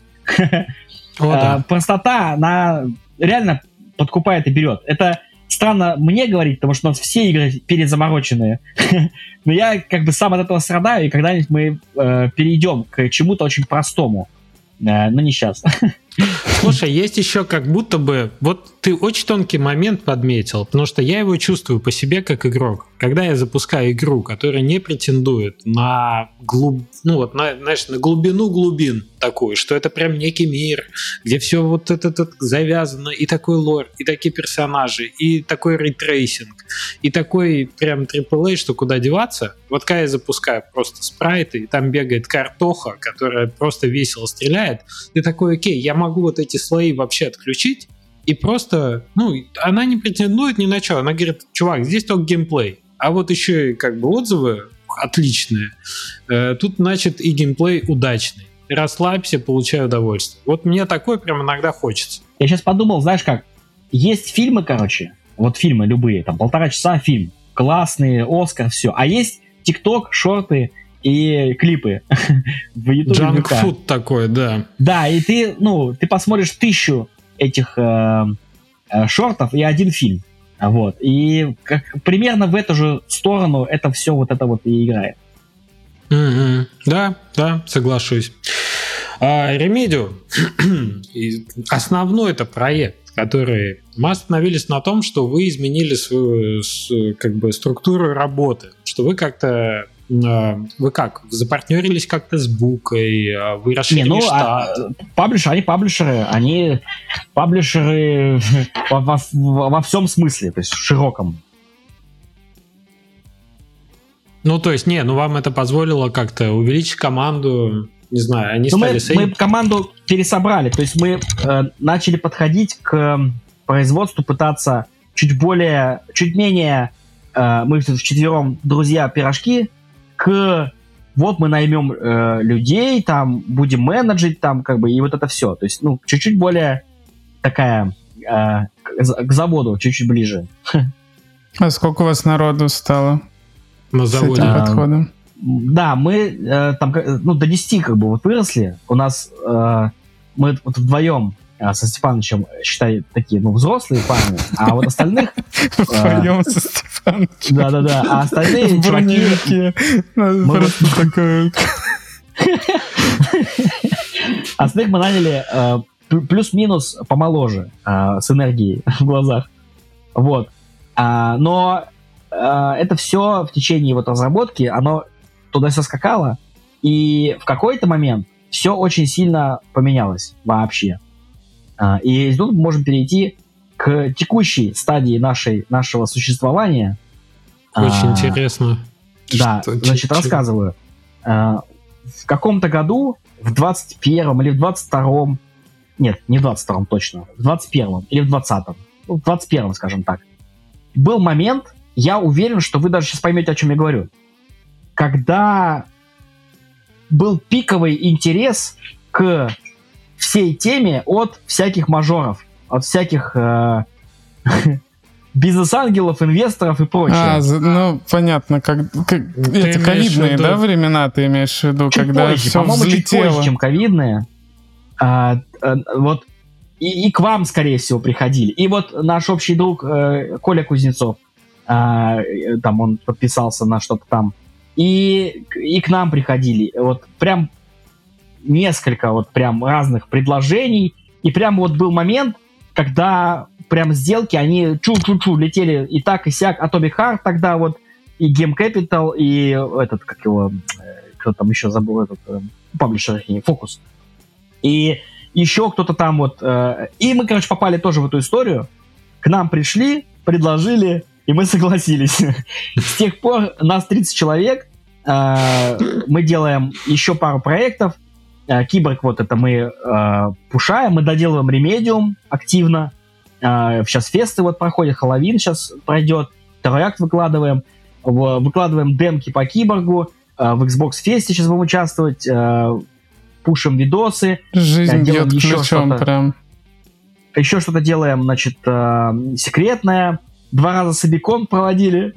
О, да. Простота, она реально подкупает и берет. Это странно мне говорить, потому что у нас все игры перезамороченные. Но я как бы сам от этого страдаю, и когда-нибудь мы э, перейдем к чему-то очень простому. Э, но не сейчас. Слушай, есть еще как будто бы... Вот ты очень тонкий момент подметил, потому что я его чувствую по себе как игрок. Когда я запускаю игру, которая не претендует на, глуб... ну, вот, на, знаешь, на глубину глубин такую, что это прям некий мир, где все вот это, это завязано, и такой лор, и такие персонажи, и такой рейтрейсинг, и такой прям трипл эй, что куда деваться. Вот когда я запускаю просто спрайты, и там бегает картоха, которая просто весело стреляет, ты такой, окей, я могу вот эти слои вообще отключить, и просто, ну, она не претендует ни на что. Она говорит, чувак, здесь только геймплей. А вот еще и как бы отзывы отличные. Э, тут, значит, и геймплей удачный. Расслабься, получай удовольствие. Вот мне такое прям иногда хочется. Я сейчас подумал, знаешь как, есть фильмы, короче, вот фильмы любые, там полтора часа фильм, классные, Оскар, все. А есть ТикТок, шорты и клипы в Ютубе. Джанк-фуд такой, да. Да, и ты, ну, ты посмотришь тысячу этих э, э, шортов и один фильм. Вот. И как, примерно в эту же сторону это все вот это вот и играет. Mm-hmm. Да, да, соглашусь. А, Remedium, основной это проект, который мы остановились на том, что вы изменили свою как бы структуру работы, что вы как-то вы как, запартнерились как-то с Букой, вы расширили не, ну, штат? А, паблишеры, они паблишеры, они паблишеры во, во, во всем смысле, то есть в широком. Ну, то есть, не, ну вам это позволило как-то увеличить команду, не знаю, они ну, стали... Мы, сейм... мы команду пересобрали, то есть мы э, начали подходить к производству, пытаться чуть более, чуть менее, э, мы вчетвером друзья-пирожки, к вот мы наймем э, людей, там будем менеджить, там как бы и вот это все. То есть, ну, чуть-чуть более такая э, к заводу, чуть-чуть ближе. А сколько у вас народу стало? На заводе. С этим подходом? Да, мы э, там ну, до десяти как бы вот выросли. У нас э, мы вот вдвоем а, со Степановичем, считай, такие, ну, взрослые парни, а вот остальных... Вдвоем со Степановичем. Да-да-да, а остальные чуваки... Просто такое... Остальных мы наняли плюс-минус помоложе, с энергией в глазах. Вот. Но это все в течение вот разработки, оно туда-сюда скакало, и в какой-то момент все очень сильно поменялось вообще. И тут мы можем перейти к текущей стадии нашей, нашего существования. Очень а, интересно. Да, Что, значит, че, рассказываю. А, в каком-то году, в двадцать первом или в двадцать втором, нет, не в двадцать втором точно, в двадцать первом или в двадцатом, ну, в двадцать первом, скажем так, был момент, я уверен, что вы даже сейчас поймете, о чем я говорю, когда был пиковый интерес к всей теме от всяких мажоров, от всяких э, бизнес-ангелов, инвесторов и прочее. А, ну, понятно, как, как это ковидные, да, времена ты имеешь в виду, чуть когда позже, все по-моему, взлетело? чуть позже, чем ковидные. А, а, вот и, и к вам, скорее всего, приходили. И вот наш общий друг э, Коля Кузнецов, а, там он подписался на что-то там, и, и к нам приходили. Вот прям несколько вот прям разных предложений, и прям вот был момент, когда прям сделки, они чу-чу-чу летели и так, и сяк. Atomic Heart тогда вот, и Game Capital, и этот, как его, кто там еще забыл, этот, паблишер, Focus. И еще кто-то там вот. И мы, короче, попали тоже в эту историю. К нам пришли, предложили, и мы согласились. С тех пор нас тридцать человек. Мы делаем еще пару проектов. Киборг, вот это мы э, пушаем, мы доделываем Remedium активно. Э, сейчас фесты вот проходят, Хэллоуин сейчас пройдет, второй акт выкладываем, в, выкладываем демки по Киборгу, э, в Xbox Fest сейчас будем участвовать, э, пушим видосы. Жизнь бьет ключом прям. Еще что-то делаем, значит, э, секретное. Два раза Сабикон проводили.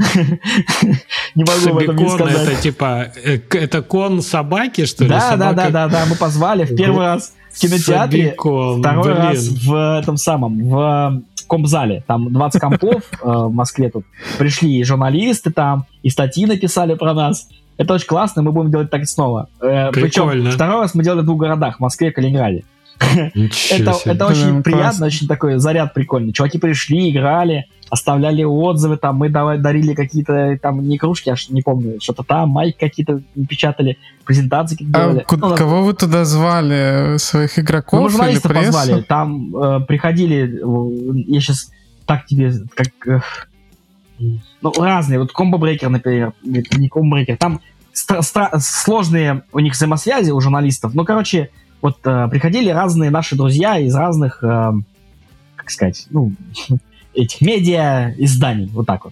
Не могу об этом не сказать. Это типа, это кон собаки, что ли? Да, да, да, да, да. Мы позвали в первый раз в кинотеатре, второй раз в этом самом, в компзале. Там двадцать компов в Москве тут. Пришли журналисты там, и статьи написали про нас. Это очень классно, мы будем делать так снова. Причем второй раз мы делали в двух городах, в Москве и Калининграде. Это, это очень Блин, приятно, классно. Очень такой заряд прикольный. Чуваки пришли, играли, оставляли отзывы, там мы дарили какие-то там не кружки, аж не помню, что-то там, майки какие-то печатали, презентации какие-то а делали. Ку- ну, кого вы туда звали? Своих игроков? Ну, мы журналистов или позвали. Там э, приходили, я сейчас так тебе, как э, ну, разные, вот комбо-брейкер, например, не комбо-брейкер, там стра- стра- сложные у них взаимосвязи у журналистов, ну, короче, вот э, приходили разные наши друзья из разных, э, как сказать, ну, этих медиа изданий, вот так вот.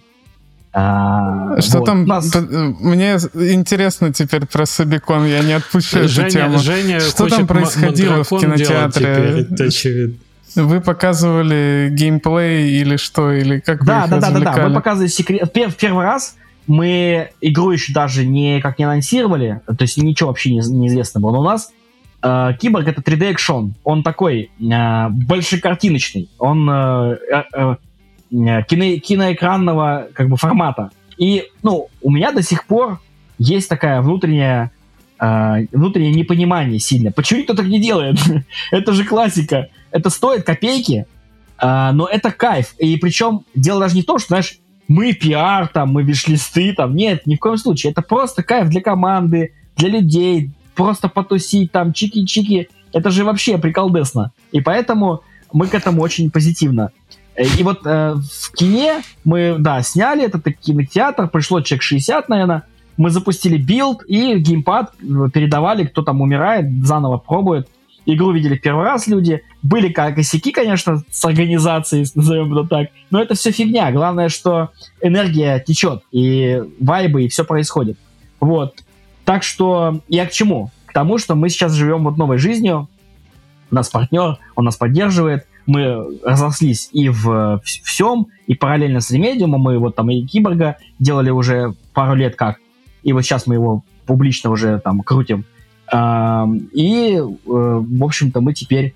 А, что вот. там? Нас... Мне интересно теперь про Сабикон, я не отпущу Женя, эту тему. Женя что там происходило в кинотеатре? Теперь, Вы показывали геймплей или что, или как да, вы их да, развлекали? Да, да, да, мы показывали секрет. В первый раз мы игру еще даже никак не анонсировали, то есть ничего вообще не, неизвестно было. Но у нас э, Киборг — это три дэ экшон, он такой э, большекартиночный, он э, э, э, кино, киноэкранного как бы формата. И, ну, у меня до сих пор есть такая внутренняя э, внутреннее непонимание сильно. Почему никто так не делает? Это же классика. Это стоит копейки, э, но это кайф. И причем дело даже не в том, что, знаешь, мы пиар, там, мы виш-листы, там, нет, ни в коем случае. Это просто кайф для команды, для людей, просто потусить, там, чики-чики. Это же вообще приколдесно. И поэтому мы к этому очень позитивно. И вот э, в кине мы, да, сняли этот кинотеатр, пришло человек шестьдесят, наверное, мы запустили билд и геймпад передавали, кто там умирает, заново пробует. Игру видели в первый раз люди. Были косяки, конечно, с организацией, назовем это так, но это все фигня. Главное, что энергия течет, и вайбы, и все происходит. Вот. Так что я к чему? К тому, что мы сейчас живем вот новой жизнью. У нас партнер, он нас поддерживает. Мы разрослись и в всем, и параллельно с Remedium мы вот там и Киборга делали уже пару лет как. И вот сейчас мы его публично уже там крутим. И, в общем-то, мы теперь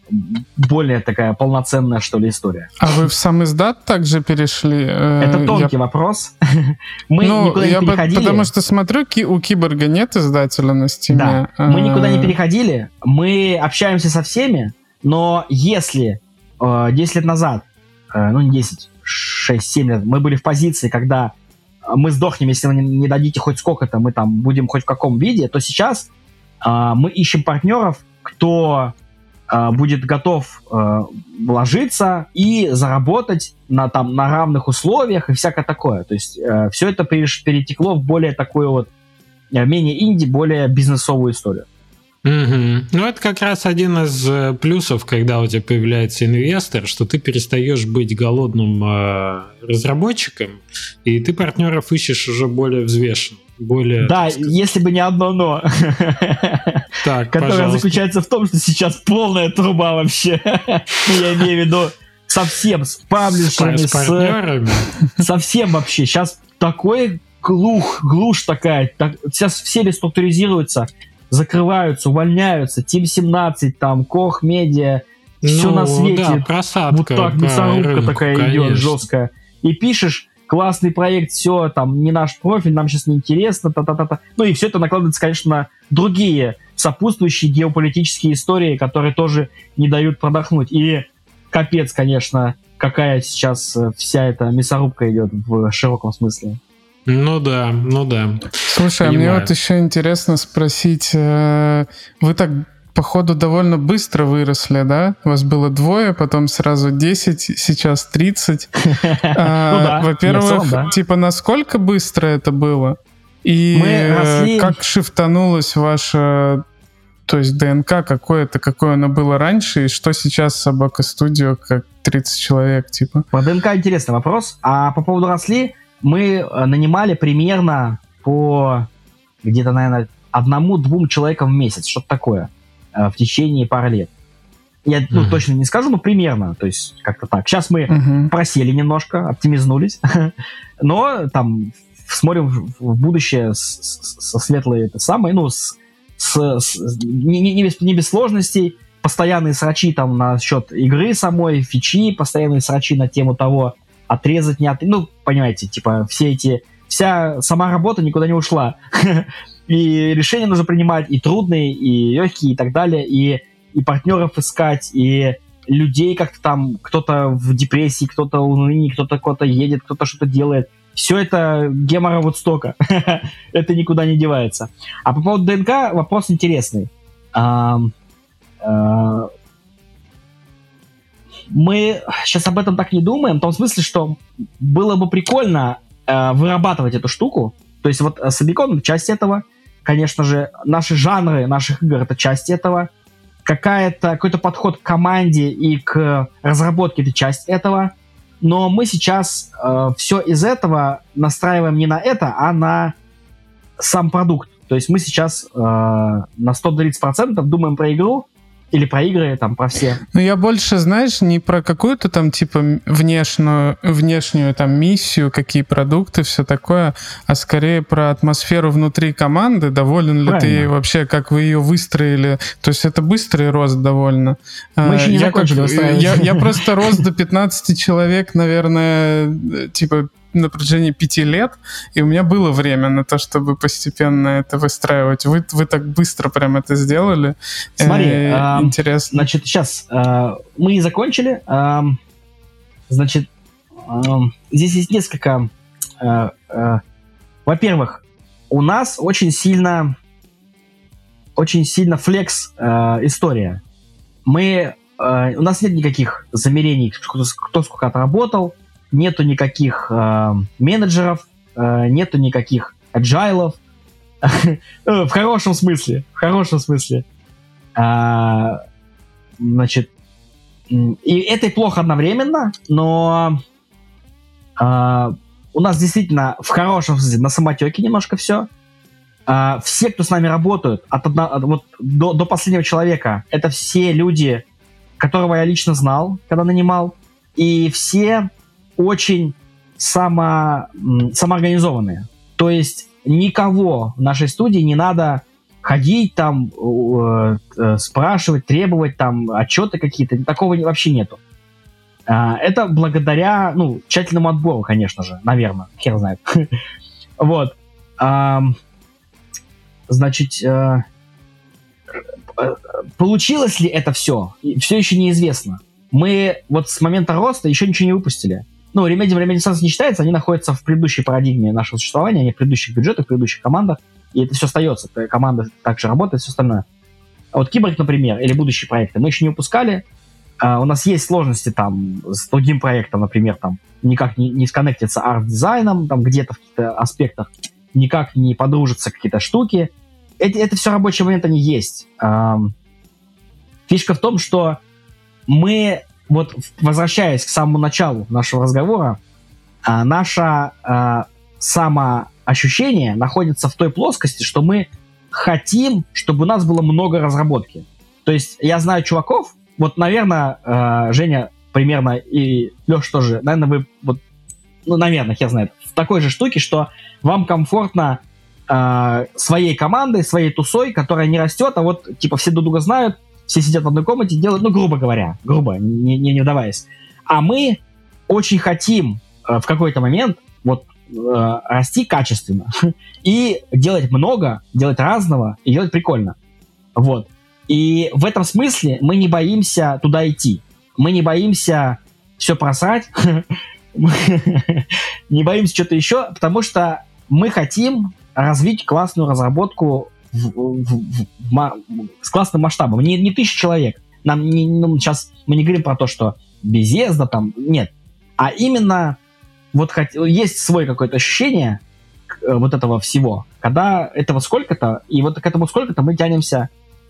более такая полноценная, что ли, история. А вы в сам издат также перешли? Это тонкий я... вопрос. Мы ну, никуда не переходили. По- потому что смотрю, у Киборга нет издателя на Steam. Да, мы никуда не переходили. Мы общаемся со всеми, но если э, десять лет назад, э, ну не десять, шесть-семь лет, мы были в позиции, когда мы сдохнем, если вы не дадите хоть сколько-то, мы там будем хоть в каком виде, то сейчас э, мы ищем партнеров, кто э, будет готов э, вложиться и заработать на, там, на равных условиях и всякое такое. То есть э, все это перетекло в более такую вот, э, менее инди, более бизнесовую историю. Mm-hmm. Ну, это как раз один из плюсов, когда у тебя появляется инвестор, что ты перестаешь быть голодным э, разработчиком, и ты партнеров ищешь уже более взвешенно. Более, да, если бы не одно «но», так, которое пожалуйста. заключается в том, что сейчас полная труба вообще. Я имею в виду совсем с паблишерами, с, с партнерами. С, совсем вообще. Сейчас такой глух, глушь такая. Так, сейчас все реструктуризируются, закрываются, увольняются. Тим семнадцать, там, Koch Media, ну, все на свете. Да, просадка. Вот так, мясорубка такая конечно. Идет жесткая. И пишешь, классный проект, все, там, не наш профиль, нам сейчас неинтересно, та-та-та-та. Ну и все это накладывается, конечно, на другие сопутствующие геополитические истории, которые тоже не дают продохнуть. И капец, конечно, какая сейчас вся эта мясорубка идет в широком смысле. Ну да, ну да. Слушай, Понимаю. А мне вот еще интересно спросить, вы так, походу, довольно быстро выросли, да? У вас было двое, потом сразу десять, сейчас тридцать. Во-первых, типа, насколько быстро это было? И как шифтанулось ваше, то есть ДНК какое-то, какое оно было раньше, и что сейчас Собака Студио, как тридцать человек, типа? По ДНК интересный вопрос. А по поводу росли, мы нанимали примерно по где-то, наверное, одному-двум человекам в месяц, что-то такое, в течение пары лет. Я ну, uh-huh. точно не скажу, но примерно, то есть как-то так. Сейчас мы uh-huh. просели немножко, оптимизнулись, но там смотрим в будущее со светлой это самое, ну, с, с, с, не, не, без, не без сложностей, постоянные срачи там насчет игры самой, фичи, постоянные срачи на тему того, отрезать, не отрезать. Ну, понимаете, типа, все эти... Вся сама работа никуда не ушла. И решения нужно принимать и трудные, и легкие, и так далее. И, и партнеров искать, и людей как-то там... Кто-то в депрессии, кто-то в унынии, кто-то куда-то едет, кто-то что-то делает. Все это гемора Вудстока. Это никуда не девается. А по поводу ДНК вопрос интересный. Мы сейчас об этом так не думаем, в том смысле, что было бы прикольно э, вырабатывать эту штуку. То есть вот Собикон — это часть этого. Конечно же, наши жанры наших игр — это часть этого. Какая-то, какой-то подход к команде и к разработке — это часть этого. Но мы сейчас э, все из этого настраиваем не на это, а на сам продукт. То есть мы сейчас э, на сто тридцать процентов думаем про игру, или про игры, там, про все. Ну, я больше, знаешь, не про какую-то там, типа, внешнюю, внешнюю там миссию, какие продукты, все такое, а скорее про атмосферу внутри команды. Доволен ли ты вообще, как вы ее выстроили? То есть это быстрый рост довольно. Мы еще не я закончили как, я, я просто рос до пятнадцати человек, наверное, типа, на протяжении пяти лет, и у меня было время на то, чтобы постепенно это выстраивать. Вы, вы так быстро прям это сделали. Смотри, э, э, интересно. Значит, сейчас э, мы не закончили. Э, значит, э, здесь есть несколько... Э, э, во-первых, у нас очень сильно очень сильно флекс э, история. Мы, э, у нас нет никаких замерений, кто, кто сколько отработал, нету никаких э, менеджеров, э, нету никаких аджайлов. В хорошем смысле. В хорошем смысле. А, значит, и это и плохо одновременно, но а, у нас действительно в хорошем смысле на самотеке немножко все. А, все, кто с нами работают, от одно, от, вот, до, до последнего человека, это все люди, которого я лично знал, когда нанимал, и все очень само, самоорганизованные. То есть никого в нашей студии не надо ходить там, э, э, спрашивать, требовать там отчеты какие-то, такого вообще нету. Э, это благодаря, ну, тщательному отбору, конечно же, наверное, хер знает. Вот. Значит, получилось ли это все? Все еще неизвестно. Мы вот с момента роста еще ничего не выпустили. Ну, Remedium и Remedium Sense не считается, они находятся в предыдущей парадигме нашего существования, они в предыдущих бюджетах, в предыдущих командах, и это все остается. Команда также работает, все остальное. А вот Киборг, например, или будущие проекты мы еще не выпускали. А, у нас есть сложности там с другим проектом, например, там никак не, не сконнектиться арт-дизайном, там где-то в каких-то аспектах, никак не подружатся какие-то штуки. Это, это все рабочие моменты, они есть. А, фишка в том, что мы, вот возвращаясь к самому началу нашего разговора, а, наше а, самоощущение находится в той плоскости, что мы хотим, чтобы у нас было много разработки. То есть я знаю чуваков, вот, наверное, э, Женя примерно и Леша тоже, наверное, вы, вот, ну, наверное, я знаю, в такой же штуке, что вам комфортно э, своей командой, своей тусой, которая не растет, а вот, типа, все друг друга знают, все сидят в одной комнате, делают, ну, грубо говоря, грубо, не, не, не вдаваясь. А мы очень хотим э, в какой-то момент вот э, расти качественно и делать много, делать разного и делать прикольно. Вот. И в этом смысле мы не боимся туда идти. Мы не боимся все просрать, не боимся что-то еще, потому что мы хотим развить классную разработку в, в, в, в, с классным масштабом. Не, не тысяча человек. Нам не, ну, сейчас мы не говорим про то, что Bethesda там, нет. А именно вот хот... есть свое какое-то ощущение вот этого всего, когда этого сколько-то, и вот к этому сколько-то мы тянемся,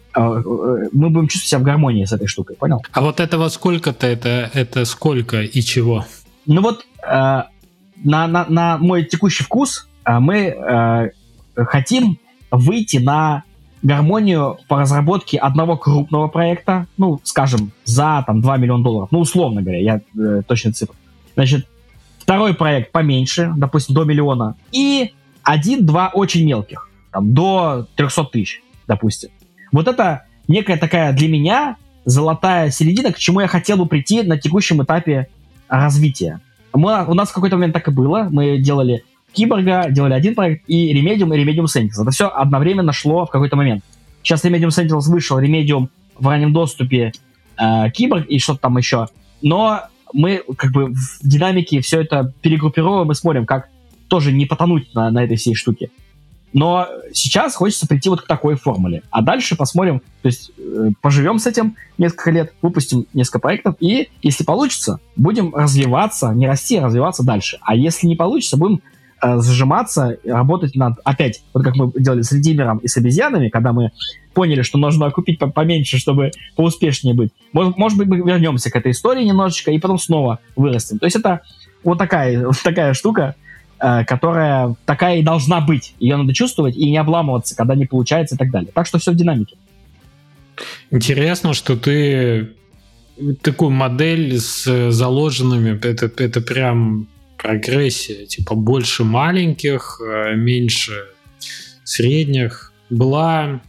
мы будем чувствовать себя в гармонии с этой штукой, понял? А вот этого сколько-то, это, это сколько и чего? Ну вот э, на, на, на мой текущий вкус э, мы э, хотим выйти на гармонию по разработке одного крупного проекта, ну, скажем, за там два миллиона долларов, ну, условно говоря, я э, точно цифру. Значит, второй проект поменьше, допустим, до миллиона, и один-два очень мелких, там, до триста тысяч, допустим. Вот это некая такая для меня золотая середина, к чему я хотел бы прийти на текущем этапе развития. Мы, у нас в какой-то момент так и было. Мы делали Киборга, делали один проект, и Remedium, и Remedium Sentinels. Это все одновременно шло в какой-то момент. Сейчас Remedium Sentinels вышел, Remedium в раннем доступе, э, Киборг и что-то там еще. Но мы как бы в динамике все это перегруппируем и смотрим, как тоже не потонуть на, на этой всей штуке. Но сейчас хочется прийти вот к такой формуле. А дальше посмотрим, то есть э, поживем с этим несколько лет, выпустим несколько проектов, и если получится, будем развиваться, не расти, а развиваться дальше. А если не получится, будем э, зажиматься, работать над, опять, вот как мы делали с Редимером и с обезьянами, когда мы поняли, что нужно купить поменьше, чтобы поуспешнее быть. Может, может быть, мы вернемся к этой истории немножечко, и потом снова вырастем. То есть это вот такая, вот такая штука, которая такая и должна быть. Ее надо чувствовать и не обламываться, когда не получается и так далее. Так что все в динамике. Интересно, что ты такую модель с заложенными, это, это прям прогрессия, типа больше маленьких, меньше средних. Была...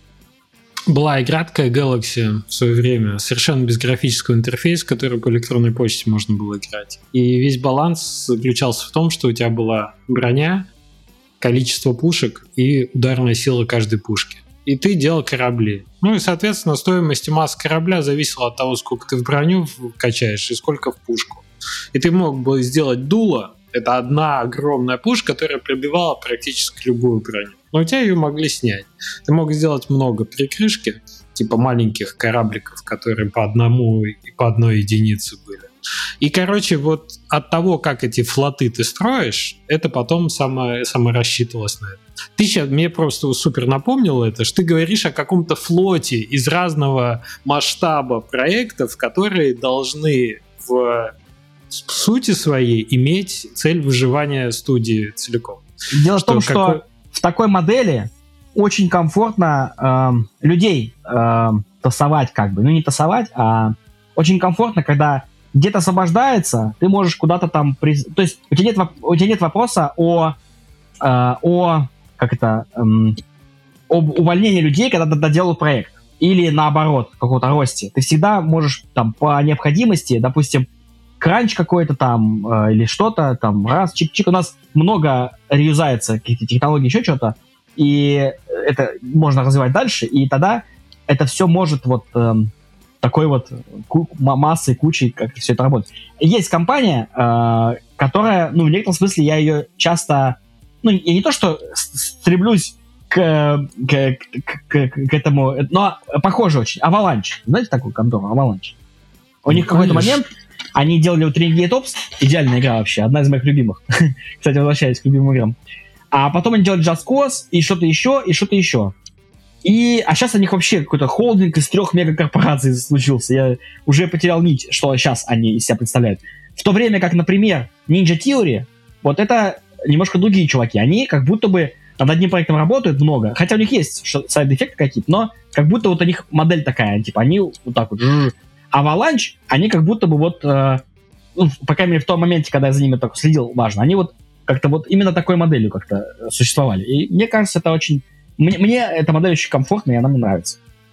Была игра такая Galaxy в свое время, совершенно без графического интерфейса, который по электронной почте можно было играть. И весь баланс заключался в том, что у тебя была броня, количество пушек и ударная сила каждой пушки. И ты делал корабли. Ну и, соответственно, стоимость и масса корабля зависела от того, сколько ты в броню качаешь и сколько в пушку. И ты мог бы сделать дуло, это одна огромная пушка, которая пробивала практически любую броню. Но у тебя ее могли снять. Ты мог сделать много прикрышки, типа маленьких корабликов, которые по одному и по одной единице были. И, короче, вот от того, как эти флоты ты строишь, это потом само, само рассчитывалось на это. Ты сейчас мне просто супер напомнил это, что ты говоришь о каком-то флоте из разного масштаба проектов, которые должны в сути своей иметь цель выживания студии целиком. Дело что в том, какой... что в такой модели очень комфортно э, людей э, тасовать, как бы, ну не тасовать, а очень комфортно, когда где-то освобождается, ты можешь куда-то там, при... то есть у тебя нет, у тебя нет вопроса о, э, о как это, эм, об увольнении людей, когда доделают проект. Или наоборот, в каком-то росте. Ты всегда можешь там по необходимости, допустим, кранч какой-то там э, или что-то, там раз, чик-чик. У нас много реюзается каких-то технологий, еще что-то, и это можно развивать дальше, и тогда это все может вот э, такой вот ку- массой, кучей, как все это работает. Есть компания, э, которая, ну, в некотором смысле я ее часто, ну, я не то, что стремлюсь к, к, к, к, к этому, но похоже очень. Avalanche. Знаете такую контору? Avalanche. У них в какой-то момент они делали вот Renegade Ops, идеальная игра вообще, одна из моих любимых. Кстати, возвращаясь к любимым играм. А потом они делали Just Cause, и что-то еще, и что-то еще. И, а сейчас у них вообще какой-то холдинг из трех мегакорпораций случился. Я уже потерял нить, что сейчас они из себя представляют. В то время как, например, Ninja Theory, вот это немножко другие чуваки. Они как будто бы над одним проектом работают много, хотя у них есть сайд-эффекты какие-то, но как будто вот у них модель такая, типа они вот так вот. А Avalanche, они как будто бы вот, э, ну, по крайней мере, в том моменте, когда я за ними так следил, важно, они вот как-то вот именно такой моделью как-то существовали. И мне кажется, это очень... Мне, мне эта модель очень комфортная, и она мне нравится.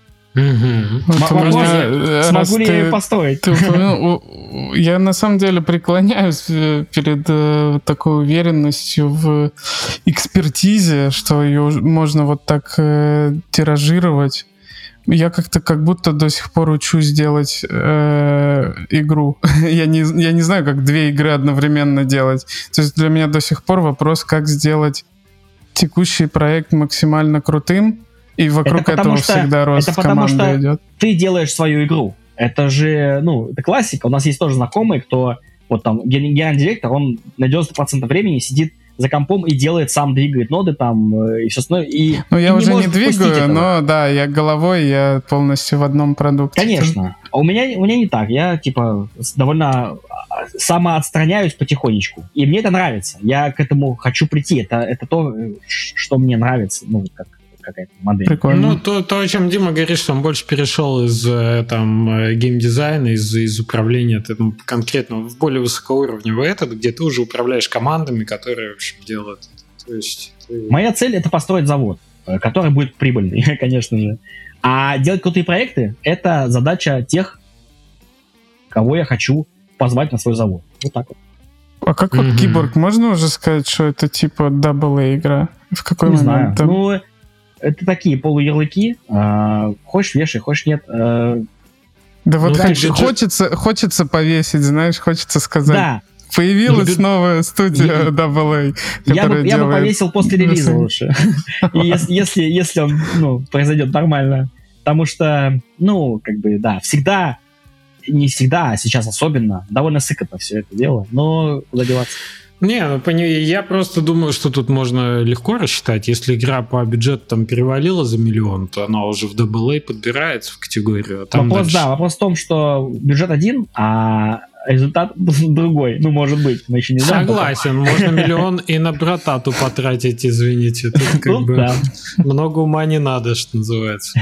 Mm-hmm. Смогу ли я ее построить? Ты, ну, я на самом деле преклоняюсь перед э, такой уверенностью в экспертизе, что ее можно вот так э, тиражировать. Я как-то как будто до сих пор учусь делать э, игру. я, не, я не знаю, как две игры одновременно делать. То есть для меня до сих пор вопрос, как сделать текущий проект максимально крутым, и вокруг это этого что, всегда рост это команды идет. Это потому что ты делаешь свою игру. Это же, ну, это классика. У нас есть тоже знакомые, кто, вот там, генеральный директор, он на девяносто процентов времени сидит за компом и делает, сам двигает ноды там и все остальное. И, ну, я и уже не, не двигаю, но да, я головой, я полностью в одном продукте. Конечно. А у меня, у меня не так. Я, типа, довольно самоотстраняюсь потихонечку. И мне это нравится. Я к этому хочу прийти. Это, это то, что мне нравится. Ну, как какая-то модель. Прикольно. Ну, то, то, о чем Дима говорит, что он больше перешел из там геймдизайна, из, из управления там, конкретно в более высокоуровневый этот, где ты уже управляешь командами, которые, в общем, делают это. То есть, ты... Моя цель — это построить завод, который будет прибыльный, конечно же. А делать крутые проекты — это задача тех, кого я хочу позвать на свой завод. Вот так вот. А как mm-hmm. вот Киборг, можно уже сказать, что это типа дабл-A игра? В какой Не момент? знаю. Там... Ну, это такие полуярлыки. А, хочешь вешай, хочешь нет. А, да вот ну, хоч, да, хочется, хочется повесить, знаешь, хочется сказать. Да. Появилась ну, новая студия дабл эй, я бы, делает... я бы повесил после релиза лучше. И если, если, если он ну, произойдет нормально. Потому что, ну, как бы, да, всегда, не всегда, а сейчас особенно, довольно сыкотно все это дело. Но куда деваться? Не, ну, я просто думаю, что тут можно легко рассчитать. Если игра по бюджету там перевалила за миллион, то она уже в дабл эй подбирается в категорию. Там вопрос, дальше... да, вопрос в том, что бюджет один, а результат другой. Ну, может быть, мы еще не знаем. Согласен, можно миллион и на братату потратить, извините. Тут как ну, бы да. много ума не надо, что называется.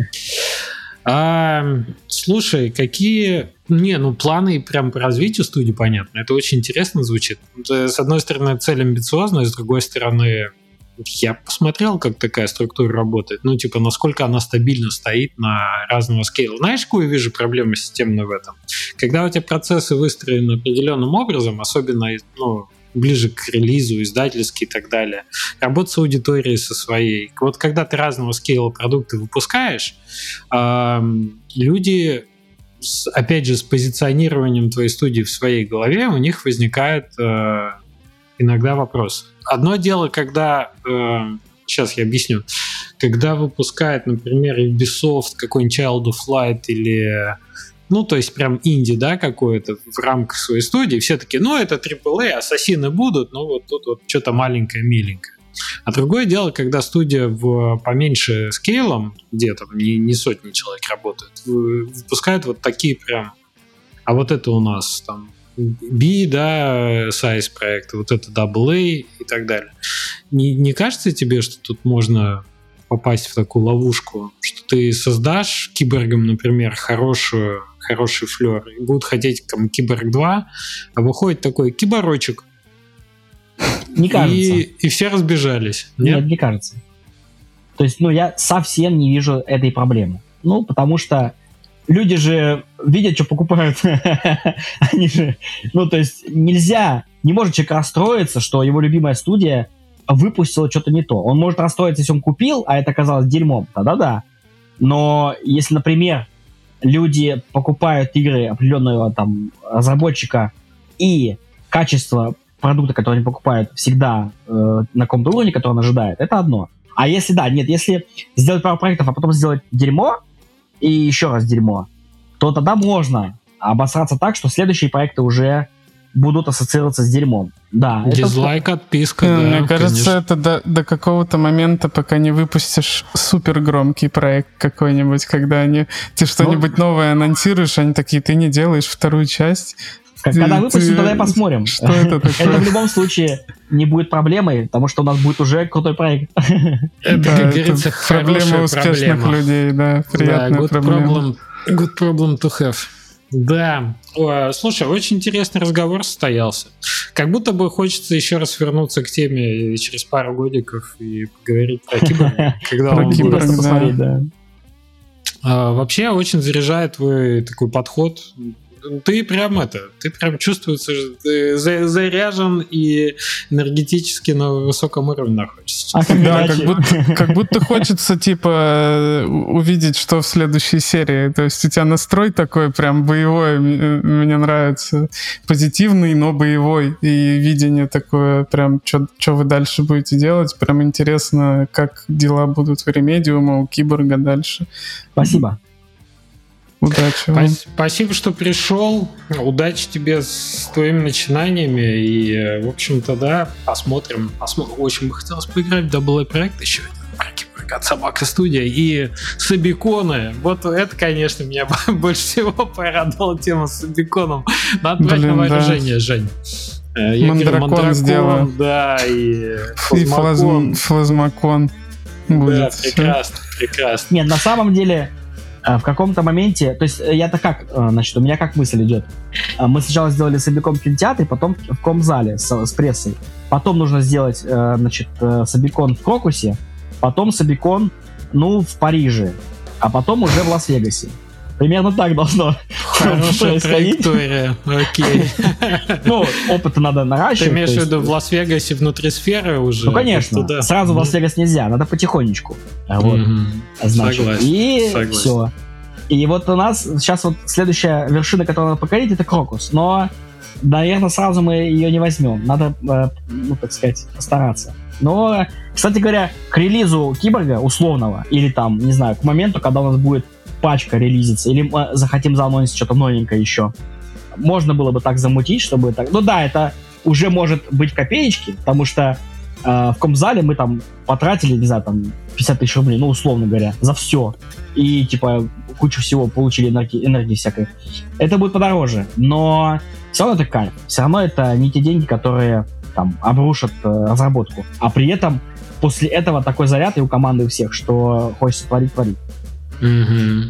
А, слушай, какие... Не, ну планы прям по развитию студии понятно. Это очень интересно звучит. С одной стороны, цель амбициозная, с другой стороны, я посмотрел, как такая структура работает. Ну, типа, насколько она стабильно стоит на разного скейла. Знаешь, какую я вижу проблему системную в этом? Когда у тебя процессы выстроены определенным образом, особенно, ну, ближе к релизу, издательский и так далее, работа с аудиторией со своей. Вот когда ты разного скейла продукты выпускаешь, эм, люди... опять же, с позиционированием твоей студии в своей голове у них возникает э, иногда вопрос. Одно дело, когда... Э, сейчас я объясню. Когда выпускает, например, Ubisoft какой-нибудь Child of Light или... Ну, то есть прям инди, да, какое-то в рамках своей студии. Все таки, ну, это трипл эй, ассасины будут, но вот тут вот что-то маленькое-миленькое. А другое дело, когда студия в поменьше скейлом, где там не, не сотни человек работают, выпускают вот такие прям, а вот это у нас там B, да, size проекты, вот это дабл эй и так далее. Не, не кажется тебе, что тут можно попасть в такую ловушку, что ты создашь киборгом, например, хорошую, хороший флёр, и будут хотеть там Киборг два, а выходит такой киборочек, не кажется. И, и все разбежались. Нет, Нет не кажется. То есть, ну, я совсем не вижу этой проблемы. Ну, потому что люди же видят, что покупают. Они же... Ну, то есть, нельзя... Не может человек расстроиться, что его любимая студия выпустила что-то не то. Он может расстроиться, если он купил, а это оказалось дерьмом. Тогда да. Но если, например, люди покупают игры определенного там разработчика, и качество продукта, который они покупают, всегда э, на каком-то уровне, который он ожидает, это одно. А если да, нет, если сделать пару проектов, а потом сделать дерьмо, и еще раз дерьмо, то тогда можно обосраться так, что следующие проекты уже будут ассоциироваться с дерьмом. Да. Дизлайк, это... отписка, да, да. Мне кажется, конечно. это до, до какого-то момента, пока не выпустишь супер громкий проект какой-нибудь, когда они ты что-нибудь ну, новое анонсируешь, они такие, ты не делаешь вторую часть. Когда выпустим, тогда и посмотрим. Что это такое? Это в любом случае не будет проблемой, потому что у нас будет уже крутой проект. Это, как говорится, проблема успешных проблема. людей, да, приятная good проблема. Problem, good problem to have. Да. О, слушай, очень интересный разговор состоялся. Как будто бы хочется еще раз вернуться к теме через пару годиков и поговорить про киборга, когда он будет. Посмотреть, да. Вообще очень заряжает твой такой подход. Ты прям это, ты прям чувствуется, ты заряжен и энергетически на высоком уровне находишься. А да, как будто, как будто хочется, типа, увидеть, что в следующей серии. То есть у тебя настрой такой прям боевой, мне нравится. Позитивный, но боевой. И видение такое прям, что вы дальше будете делать. Прям интересно, как дела будут у Ремедиума, у Киборга дальше. Спасибо. Удачи. Спасибо, что пришел. Удачи тебе с твоими начинаниями. И, в общем-то, да, посмотрим. посмотрим. Очень бы хотелось поиграть в дабл эй проект еще один. От Собака Студия и Сабиконы. Вот это, конечно, меня больше всего порадовала тема с Сабиконом. Надо брать на вооружение, да. Жень. Я Мандракон, Мандракон сделаю. Да, и Флазмакон. И флазмакон будет. Да, прекрасно, прекрасно. Нет, на самом деле... В каком-то моменте, то есть я-то как, значит, у меня как мысль идет. Мы сначала сделали Сабикон в кинотеатре, потом в комзале с, с прессой. Потом нужно сделать, значит, Сабикон в Крокусе, потом Сабикон, ну, в Париже, а потом уже в Лас-Вегасе. Примерно так должно происходить. Траектория, окей. Ну, опыта надо наращивать. Ты имеешь в виду в Лас-Вегасе внутри сферы уже? Ну, конечно. Сразу в Лас-Вегас нельзя, надо потихонечку. Вот. Значит, и все. И вот у нас сейчас вот следующая вершина, которую надо покорить, это Крокус. Но, наверное, сразу мы ее не возьмем. Надо, ну, так сказать, постараться. Но, кстати говоря, к релизу Киборга условного, или там, не знаю, к моменту, когда у нас будет пачка релизится, или мы захотим заанонсить что-то новенькое еще. Можно было бы так замутить, чтобы так... Ну да, это уже может быть копеечки, потому что э, в комзале мы там потратили, не знаю, там пятьдесят тысяч рублей, ну, условно говоря, за все. И, типа, кучу всего получили энергии, энергии всякой. Это будет подороже, но все равно это кайф. Все равно это не те деньги, которые там обрушат э, разработку. А при этом после этого такой заряд и у команды у всех, что хочется творить-творить. Mm-hmm.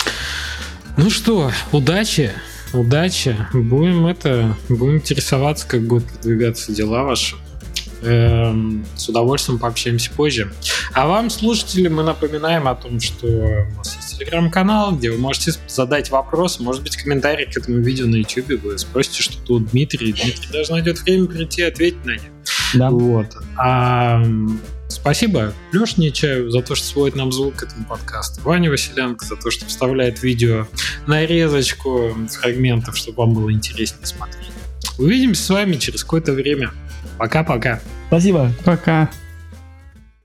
Ну что, удачи, удачи. Будем это, будем интересоваться, как будут продвигаться дела ваши. Эм, с удовольствием пообщаемся позже. А вам, слушатели, мы напоминаем о том, что у нас есть телеграм-канал, где вы можете задать вопросы, может быть, комментарий к этому видео на YouTube. Вы спросите что-то у Дмитрия, Дмитрий даже найдет время прийти и ответить на них. Да. Вот. А, спасибо Лёше Нечаеву за то, что сводит нам звук к этому подкасту. Ване Василенко за то, что вставляет видео нарезочку фрагментов, чтобы вам было интереснее смотреть. Увидимся с вами через какое-то время. Пока-пока. Спасибо. Пока.